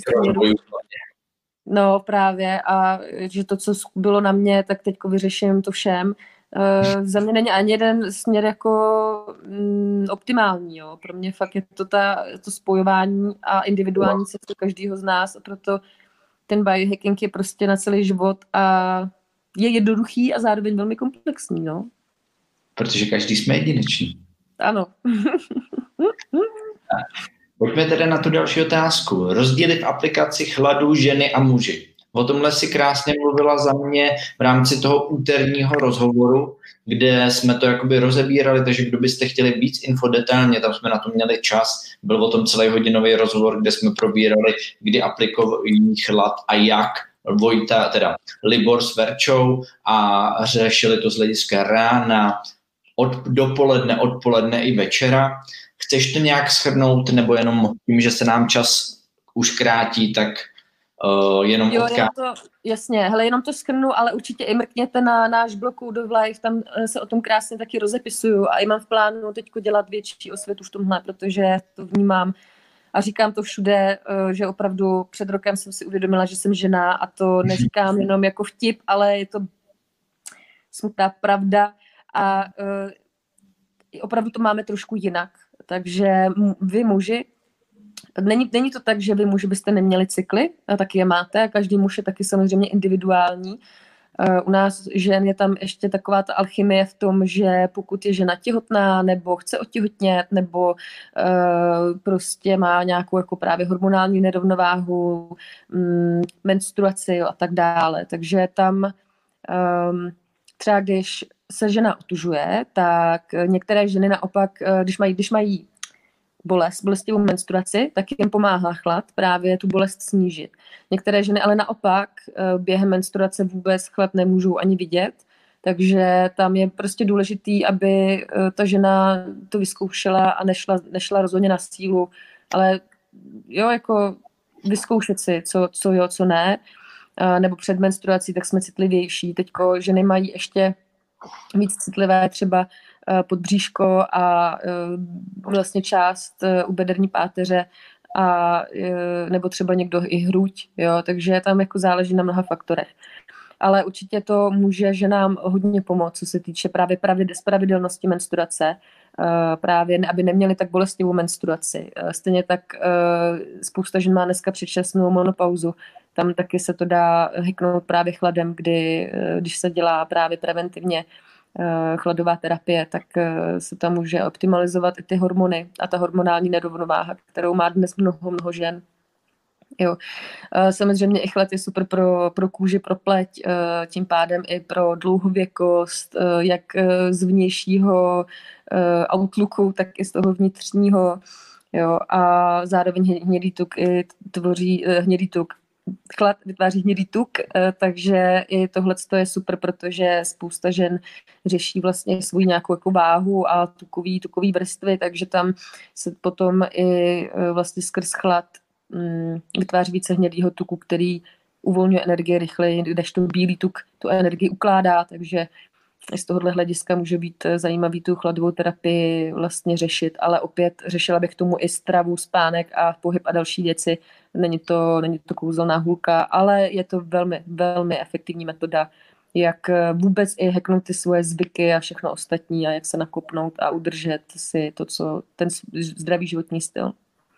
No právě a že to, co bylo na mě, tak teďko vyřeším to všem. Za mě není ani jeden směr jako optimální. Jo. Pro mě fakt je to spojování a individuální cestu každého z nás a proto ten biohacking je prostě na celý život a je jednoduchý a zároveň velmi komplexní. No. Protože každý jsme jedinečný. Ano. Pojďme tedy na tu další otázku. Rozdíly v aplikaci chladu ženy a muži. O tomhle si krásně mluvila za mě v rámci toho úterního rozhovoru, kde jsme to jakoby rozebírali, takže kdo byste chtěli víc info detailně, tam jsme na to měli čas. Byl o tom celý hodinový rozhovor, kde jsme probírali, kdy aplikují chlad a jak Vojta, teda Libor s Verčou a řešili to z hlediska rána, dopoledne, odpoledne i večera. Chceš to nějak shrnout, nebo jenom tím, že se nám čas už krátí, tak jenom jasně, hele, jenom to shrnu, ale určitě i mrkněte na náš blog Code of Life, tam se o tom krásně taky rozepisuju a i mám v plánu teďko dělat větší osvětu v tomhle, protože to vnímám a říkám to všude, že opravdu před rokem jsem si uvědomila, že jsem žena a to neříkám jenom jako vtip, ale je to smutná pravda a opravdu to máme trošku jinak. Takže vy muži, není to tak, že vy muži byste neměli cykly, a taky je máte, a každý muž je taky samozřejmě individuální. U nás žen je tam ještě taková ta alchymie v tom, že pokud je žena těhotná, nebo chce otěhotnět, nebo prostě má nějakou jako právě hormonální nerovnováhu, menstruaci a tak dále. Takže tam třeba když se žena otužuje, tak některé ženy naopak, když mají bolestivou menstruaci, tak jim pomáhá chlad právě tu bolest snížit. Některé ženy ale naopak během menstruace vůbec chlad nemůžou ani vidět, takže tam je prostě důležitý, aby ta žena to vyzkoušela a nešla rozhodně na sílu, ale jo, jako vyzkoušet si, co jo, co ne, nebo před menstruací, tak jsme citlivější. Teďko ženy mají ještě víc citlivé třeba podbříško a vlastně část ubederní páteře a nebo třeba někdo i hruď, jo, takže tam jako záleží na mnoha faktorech. Ale určitě to může ženám hodně pomoct, co se týče právě pravidelnosti menstruace, právě aby neměli tak bolestivou menstruaci. Stejně tak spousta žen má dneska předčasnou menopauzu, tam taky se to dá hyknout právě chladem, když se dělá právě preventivně chladová terapie, tak se tam může optimalizovat i ty hormony a ta hormonální nerovnováha, kterou má dnes mnoho žen. Jo. Samozřejmě i chlad je super pro kůži, pro pleť, tím pádem i pro dlouhověkost, jak z vnějšího outlooku, tak i z toho vnitřního. Jo. A zároveň hnědý tuk i tvoří hnědý tuk. Chlad vytváří hnědý tuk, takže i tohle je super, protože spousta žen řeší vlastně svou nějakou jako váhu a tukový vrstvy, takže tam se potom i vlastně skrz chlad vytváří více hnědýho tuku, který uvolňuje energii rychleji, kdežto bílý tuk tu energii ukládá, takže z tohohle hlediska může být zajímavý tu chladovou terapii vlastně řešit, ale opět řešila bych tomu i stravu, spánek a pohyb a další věci. Není to kouzelná hůlka, ale je to velmi, velmi efektivní metoda, jak vůbec i hacknout ty svoje zvyky a všechno ostatní a jak se nakopnout a udržet si ten zdravý životní styl.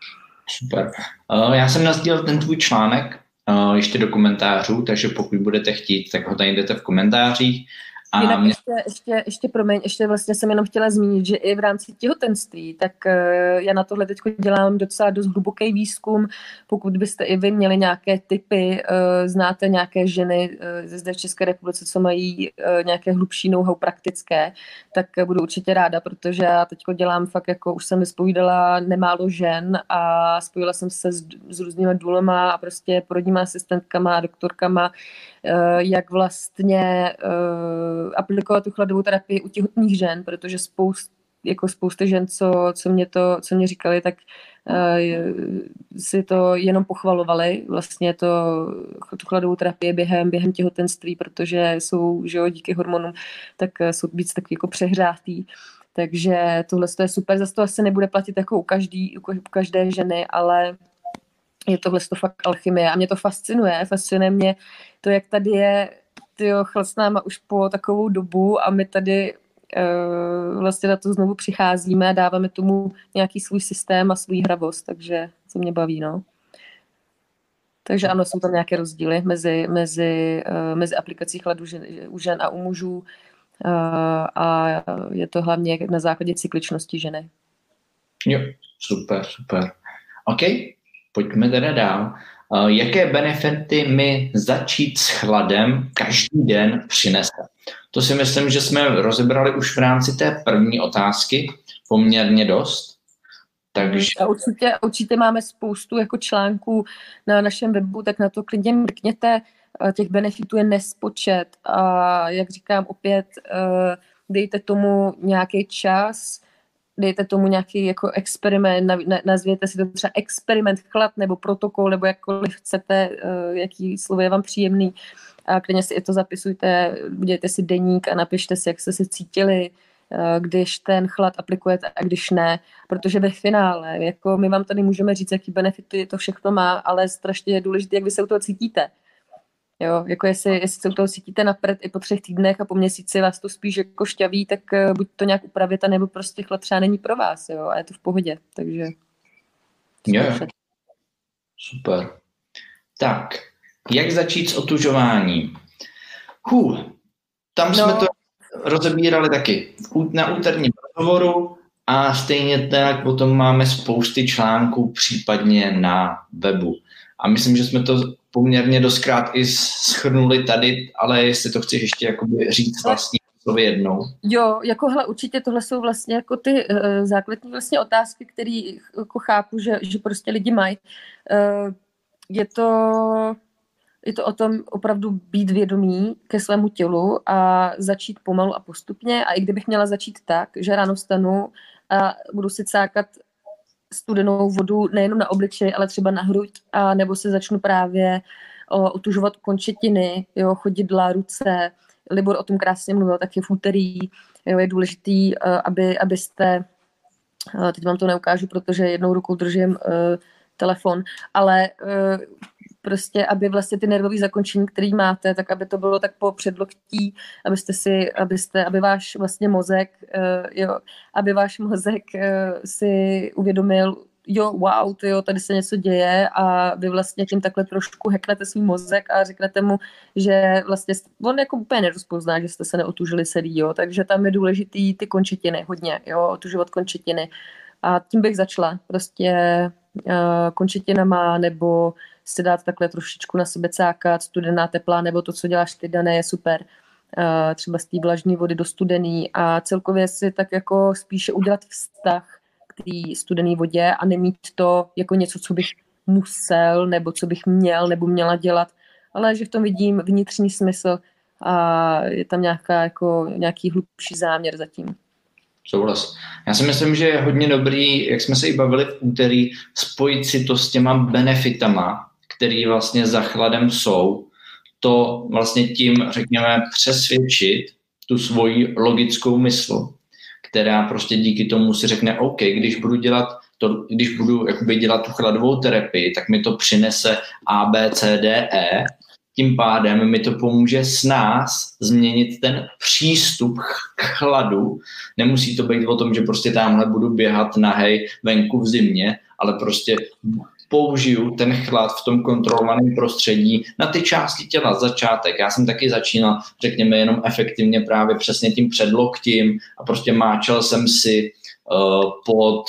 Super. Já jsem nasdílel ten tvůj článek ještě do komentářů, takže pokud budete chtít, tak ho najdete v komentářích. Jinak ještě vlastně jsem jenom chtěla zmínit, že i v rámci těhotenství, tak já na tohle teď dělám docela dost hluboký výzkum. Pokud byste i vy měli nějaké tipy, znáte nějaké ženy zde v České republice, co mají nějaké hlubší know-how praktické, tak budu určitě ráda, protože já teď dělám fakt, jako už jsem vyspovídala nemálo žen a spojila jsem se s různýma důlema a prostě porodníma asistentkama, doktorkama, jak vlastně aplikovat tu chladovou terapii u těhotných žen, protože spousta žen, co mě říkali, tak si to jenom pochvalovali, vlastně tu chladovou terapii během těhotenství, protože jsou, že jo, díky hormonům, tak jsou víc takový jako přehrátý. Takže tohle je super, zase to asi nebude platit jako u každé ženy, ale je tohle fakt alchymie a mě to fascinuje mě to, jak tady je chlad s náma už po takovou dobu a my tady vlastně na to znovu přicházíme a dáváme tomu nějaký svůj systém a svůj hravost, takže to mě baví, no. Takže ano, jsou tam nějaké rozdíly mezi aplikací chladu u žen a u mužů a je to hlavně na základě cykličnosti ženy. Jo, super. OK, pojďme teda dál. Jaké benefity mi začít s chladem každý den přinese? To si myslím, že jsme rozebrali už v rámci té první otázky poměrně dost. Takže... A určitě máme spoustu jako článků na našem webu, tak na to klidně mrkněte. Těch benefitů je nespočet. A jak říkám, opět dejte tomu nějaký čas, dejte tomu nějaký jako experiment, nazvěte si to třeba experiment chlad nebo protokol, nebo jakkoliv chcete, jaký slovo je vám příjemný. A klidně si to zapisujte, udělejte si deník a napište si, jak jste se cítili, když ten chlad aplikujete a když ne. Protože ve finále, jako my vám tady můžeme říct, jaký benefity to všechno má, ale strašně je důležité, jak vy se u toho cítíte. Jo, jako jestli se u toho cítíte na prd i po 3 týdnech a po měsíci vás to spíš jako šťaví, tak buď to nějak upravit, a nebo prostě chlad třeba není pro vás, jo, a je to v pohodě, takže... Super. Tak, jak začít s otužováním? Tam jsme to rozebírali taky na úterním rozhovoru a stejně tak potom máme spousty článků případně na webu. A myslím, že jsme to poměrně doskrát i shrnuli tady, ale jestli to chceš ještě jakoby říct vlastně. slovy jednou. Jo, jako hele, určitě tohle jsou vlastně jako ty základní vlastně otázky, které jako chápu, že prostě lidi mají. Je to o tom opravdu být vědomý ke svému tělu a začít pomalu a postupně. A i kdybych měla začít tak, že ráno vstanu a budu si cákat studenou vodu nejenom na obličej, ale třeba na hruď, a nebo se začnu právě otužovat končetiny, jo, chodidla, ruce. Libor o tom krásně mluvil, taky v úterý. Jo, je důležitý, abyste, teď vám to neukážu, protože jednou rukou držím telefon, ale prostě, aby vlastně ty nervové zakončení, které máte, tak aby to bylo tak po předloktí, aby váš vlastně mozek, aby váš mozek si uvědomil, jo, wow, jo, tady se něco děje, a vy vlastně tím takhle trošku hacknete svůj mozek a řeknete mu, že vlastně on jako úplně nerozpozná, že jste se neotužili celý, jo, takže tam je důležitý ty končetiny hodně, jo, otužovat končetiny. A tím bych začala prostě končetinama, nebo si dát takhle trošičku na sebe cákat, studená, teplá, nebo to, co děláš ty, Dané, je super. Třeba z té vlažní vody do studený, a celkově si tak jako spíše udělat vztah k té studené vodě a nemít to jako něco, co bych musel, nebo co bych měl, nebo měla dělat, ale že v tom vidím vnitřní smysl a je tam nějaký hlubší záměr zatím. Souhlas. Já si myslím, že je hodně dobrý, jak jsme se i bavili v úterý, spojit si to s těma benefitama, který vlastně za chladem jsou, to vlastně tím, řekněme, přesvědčit tu svoji logickou mysl, která prostě díky tomu si řekne, OK, když budu jakoby dělat tu chladovou terapii, tak mi to přinese A, B, C, D, E, tím pádem mi to pomůže s nás změnit ten přístup k chladu. Nemusí to být o tom, že prostě tamhle budu běhat nahej venku v zimě, ale prostě použiju ten chlad v tom kontrolovaném prostředí na ty části těla, začátek. Já jsem taky začínal, řekněme, jenom efektivně právě přesně tím předloktím a prostě máčel jsem si pod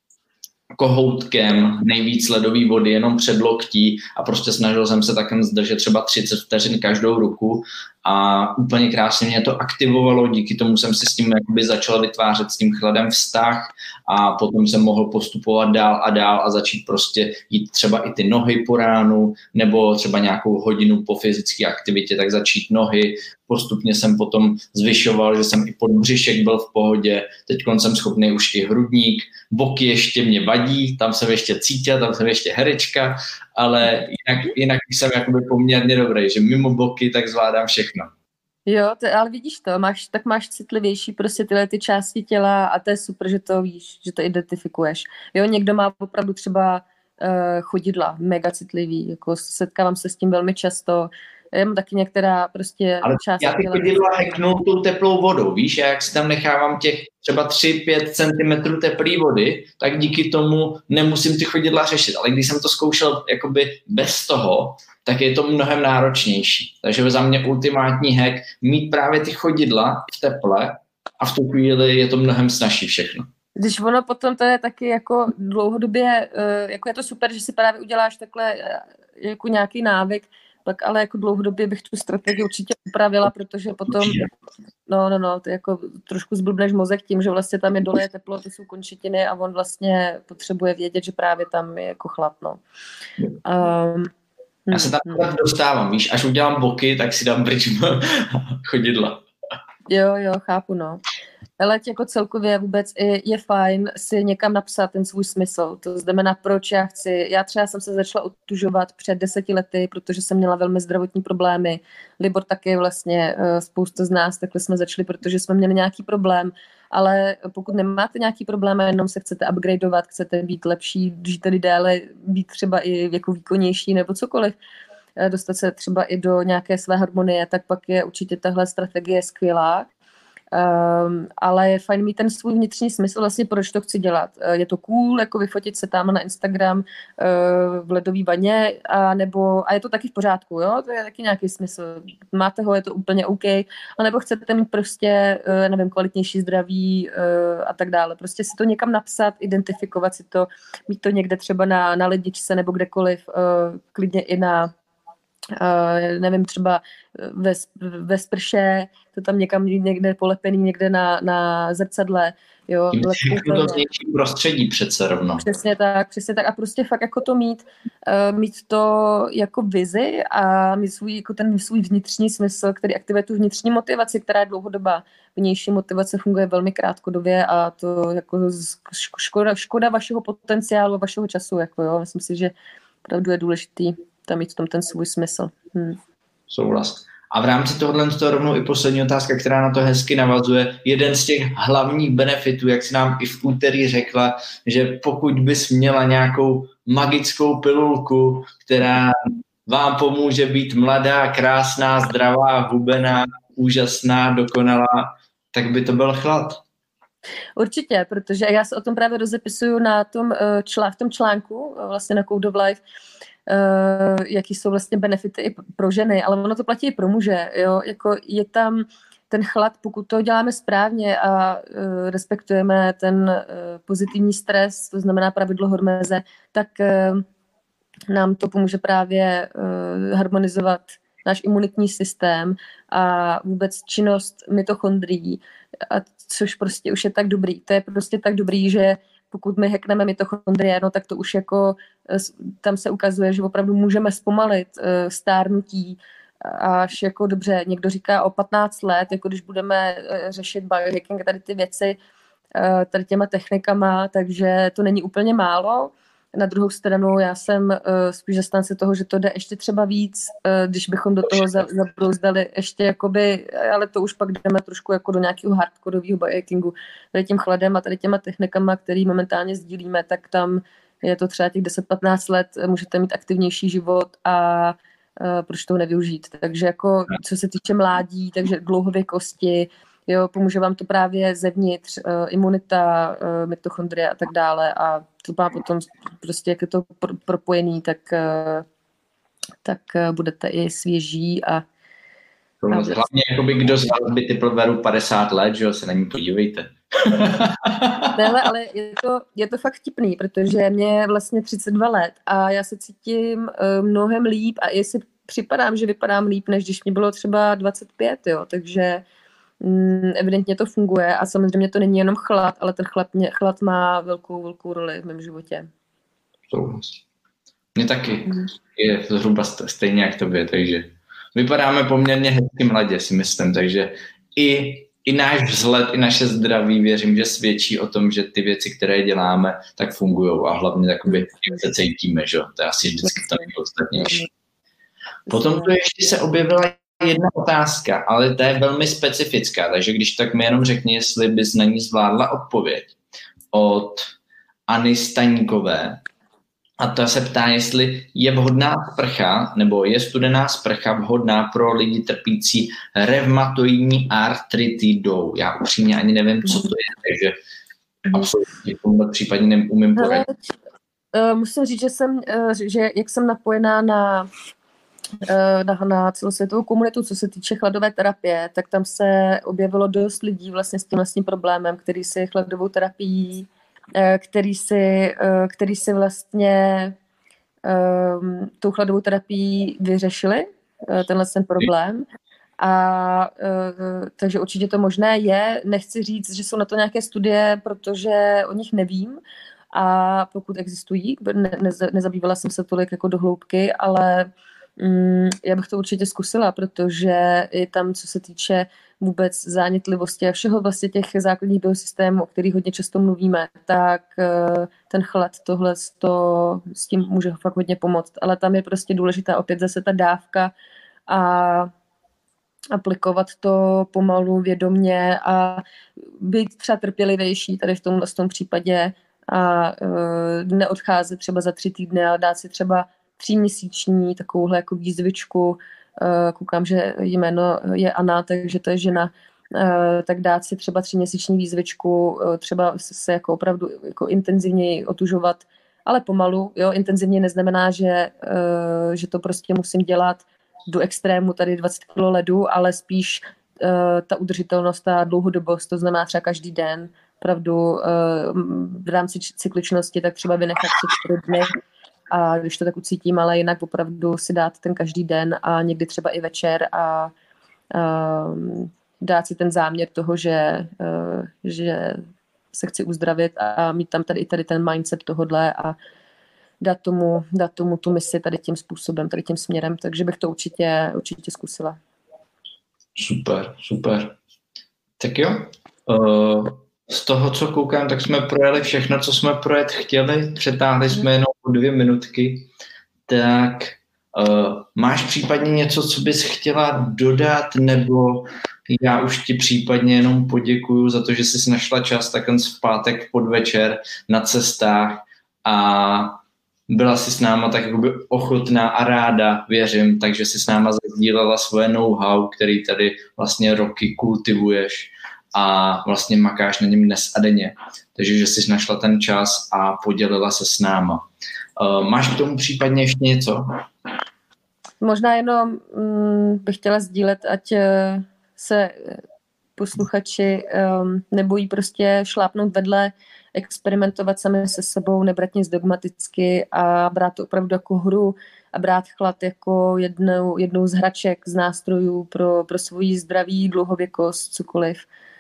kohoutkem nejvíc ledové vody jenom před loktí a prostě snažil jsem se taky zdržet třeba 30 vteřin každou ruku a úplně krásně mě to aktivovalo, díky tomu jsem si s tím jakoby začal vytvářet s tím chladem vztah a potom jsem mohl postupovat dál a dál a začít prostě jít třeba i ty nohy po ránu nebo třeba nějakou hodinu po fyzické aktivitě, tak začít nohy. Postupně jsem potom zvyšoval, že jsem i podbřišek byl v pohodě, teď jsem schopný už i hrudník, boky ještě mě vadí, tam jsem ještě cítil, tam jsem ještě herečka, ale jinak jsem jakoby poměrně dobrý, že mimo boky tak zvládám všechno. Jo, ale vidíš to, máš citlivější prostě tyhle ty části těla a to je super, že to víš, že to identifikuješ. Jo, někdo má opravdu třeba chodidla, mega citlivý, jako setkávám se s tím velmi často. Já mám taky některá prostě ale část já ty chodidla hacknu tou teplou vodou, víš, já jak si tam nechávám těch třeba 3-5 cm teplý vody, tak díky tomu nemusím ty chodidla řešit, ale když jsem to zkoušel jakoby bez toho, tak je to mnohem náročnější. Takže za mě ultimátní hack mít právě ty chodidla v teple a v tu chvíli je to mnohem snazší všechno. Když ono potom to je taky jako dlouhodobě, jako je to super, že si právě uděláš takhle jako nějaký návyk, tak ale jako dlouhodobě bych tu strategii určitě upravila, protože potom, ty jako trošku zblbneš mozek tím, že vlastně tam je dole je teplo, to jsou končetiny a on vlastně potřebuje vědět, že právě tam je jako chlad, no. Já se tam dostávám, víš, až udělám boky, tak si dám pryč chodidla. Jo, chápu, no. Ale jako celkově vůbec je fajn si někam napsat ten svůj smysl. To znamená, proč já chci. Já třeba jsem se začala otužovat před 10 lety, protože jsem měla velmi zdravotní problémy. Libor taky vlastně, spousta z nás takhle jsme začali, protože jsme měli nějaký problém. Ale pokud nemáte nějaký problém, jenom se chcete upgradeovat, chcete být lepší, žít tady déle, být třeba i jako výkonnější nebo cokoliv, dostat se třeba i do nějaké své harmonie, tak pak je určitě tahle strategie skvělá. Ale je fajn mít ten svůj vnitřní smysl, vlastně proč to chci dělat. Je to cool, jako vyfotit se tam na Instagram v ledové vaně, a je to taky v pořádku, jo? To je taky nějaký smysl. Máte ho, je to úplně OK, anebo chcete mít prostě, nevím, kvalitnější zdraví a tak dále. Prostě si to někam napsat, identifikovat si to, mít to někde třeba na ledničce nebo kdekoliv, klidně i na nevím, třeba ve sprše, to tam někde polepený, někde na zrcadle, jo. Tím to vnější prostředí přece rovno. Přesně tak a prostě fakt jako to mít to jako vizi a mít jako ten svůj vnitřní smysl, který aktivuje tu vnitřní motivaci, která je dlouhodobá. Vnější motivace funguje velmi krátkodobě a to jako škoda vašeho potenciálu, vašeho času, jako jo. Myslím si, že opravdu je důležitý tam mít v tom ten svůj smysl. Souhlas. A v rámci tohohle rovnou i poslední otázka, která na to hezky navazuje. Jeden z těch hlavních benefitů, jak si nám i v úterý řekla, že pokud bys měla nějakou magickou pilulku, která vám pomůže být mladá, krásná, zdravá, hubená, úžasná, dokonalá, tak by to byl chlad. Určitě, protože já se o tom právě rozepisuju v tom článku vlastně na Code of Life, jaký jsou vlastně benefity i pro ženy, ale ono to platí i pro muže. Jo? Jako je tam ten chlad, pokud to děláme správně a respektujeme ten pozitivní stres, to znamená pravidlo Horméze, tak nám to pomůže právě harmonizovat náš imunitní systém a vůbec činnost mitochondrií, což prostě už je tak dobrý. To je prostě tak dobrý, že pokud my hackneme mitochondrie, no tak to už jako tam se ukazuje, že opravdu můžeme zpomalit stárnutí až jako dobře, někdo říká o 15 let, jako když budeme řešit biohacking a tady ty věci, tady těma technikama, takže to není úplně málo. Na druhou stranu já jsem spíš zastánce toho, že to jde ještě třeba víc, když bychom do toho zabrouzdali ještě jakoby, ale to už pak jdeme trošku jako do nějakého hardcoreového biohackingu. Tady tím chladem a tady těma technikama, který momentálně sdílíme, tak tam je to třeba těch 10-15 let, můžete mít aktivnější život a proč toho nevyužít. Takže jako co se týče mládí, takže dlouhověkosti, jo, pomůže vám to právě zevnitř, imunita, mitochondrie a tak dále a to má potom prostě, jak je to propojený, tak budete i svěží a hlavně jakoby kdo z vás by typl veru 50 let, že jo, se na ní podívejte. Ne, ale je to fakt vtipný, protože mě je vlastně 32 let a já se cítím mnohem líp a jestli připadám, že vypadám líp, než když mě bylo třeba 25, jo, takže evidentně to funguje a samozřejmě to není jenom chlad, ale ten chlad má velkou roli v mém životě. Mně taky je zhruba stejně jak tobě, takže vypadáme poměrně hezky mladě, si myslím, takže i náš vzhled, i naše zdraví, věřím, že svědčí o tom, že ty věci, které děláme, tak fungujou a hlavně takoby, jak se cítíme, že? To je asi vždycky to nejpodstatnější. Potom tu ještě se objevila jedna otázka, ale ta je velmi specifická, takže když tak mi jenom řekni, jestli bys na ní zvládla odpověď od Anny Staníkové. A ta se ptá, jestli je vhodná sprcha nebo je studená sprcha vhodná pro lidi trpící revmatoidní artritidou. Já upřímně ani nevím, co to je, takže absolutně v tomhle případě neumím poradit. Musím říct, že jak jsem napojená na celosvětovou komunitu, co se týče chladové terapie, tak tam se objevilo dost lidí vlastně s tím vlastním problémem, který si chladovou terapii, který si vlastně tou chladovou terapii vyřešili, ten problém. A takže určitě to možné je. Nechci říct, že jsou na to nějaké studie, protože o nich nevím. A pokud existují, nezabývala jsem se tolik jako do hloubky, ale já bych to určitě zkusila, protože je tam, co se týče vůbec zánětlivosti a všeho vlastně těch základních biosystémů, o kterých hodně často mluvíme, tak ten chlad s tím může fakt hodně pomoct. Ale tam je prostě důležitá opět zase ta dávka a aplikovat to pomalu, vědomně a být třeba trpělivější tady v tom případě a neodcházet třeba za 3 týdny, ale dát si třeba 3měsíční takovouhle jako výzvičku. Koukám, že jméno je Anna, takže to je žena, tak dát si třeba 3měsíční výzvičku, třeba se jako opravdu jako intenzivněji otužovat, ale pomalu. Jo? Intenzivně neznamená, že to prostě musím dělat do extrému tady 20 kg ledu, ale spíš ta udržitelnost, ta dlouhodobost, to znamená třeba každý den, opravdu v rámci cykličnosti, tak třeba vynechat 3-4 dny a když to tak ucítím, ale jinak opravdu si dát ten každý den a někdy třeba i večer a dát si ten záměr toho, že se chci uzdravit a mít tam tady ten mindset tohodle a dát tomu tu misi tady tím způsobem, tady tím směrem, takže bych to určitě zkusila. Super. Tak jo, z toho, co koukám, tak jsme projeli všechno, co jsme projet chtěli, přetáhli jsme jenom o 2 minutky, tak máš případně něco, co bys chtěla dodat, nebo já už ti případně jenom poděkuju za to, že jsi našla čas takhle v pátek v podvečer na cestách a byla jsi s náma tak jakoby ochotná a ráda, věřím, takže jsi s náma sdílela svoje know-how, který tady vlastně roky kultivuješ a vlastně makáš na něm dnes a denně. Takže že jsi našla ten čas a podělila se s náma. Máš k tomu případně ještě něco? Možná jenom bych chtěla sdílet, ať se posluchači nebojí prostě šlápnout vedle, experimentovat sami se sebou, nebrat nic dogmaticky a brát to opravdu jako hru a brát chlad jako jednou z hraček, z nástrojů pro svoji zdraví, dlouhověkost, cokoliv.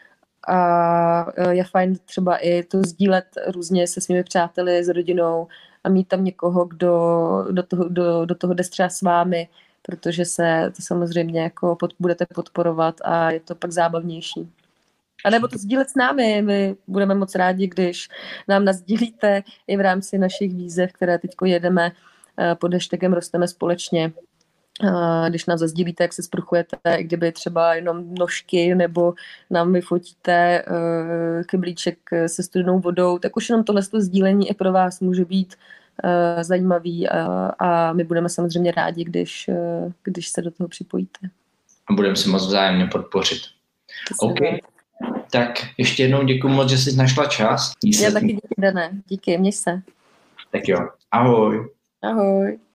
A je fajn třeba i to sdílet různě se svými přáteli, s rodinou a mít tam někoho, kdo do toho jde třeba s vámi, protože se to samozřejmě jako budete podporovat a je to pak zábavnější. A nebo to sdílet s námi. My budeme moc rádi, když nám nasdílíte i v rámci našich výzev, které teď jedeme pod hashtagem Rosteme společně. Když nám zazdílíte, jak se sprchujete, i kdyby třeba jenom nožky, nebo nám vyfotíte kyblíček se studenou vodou, tak už jenom tohle sdílení i pro vás může být zajímavý a my budeme samozřejmě rádi, když se do toho připojíte. A budeme se moc vzájemně podpořit. OK. Tak ještě jednou děkuji moc, že jsi našla čas. Já taky díky, Dané. Díky, měj se. Tak jo. Ahoj. Ahoj.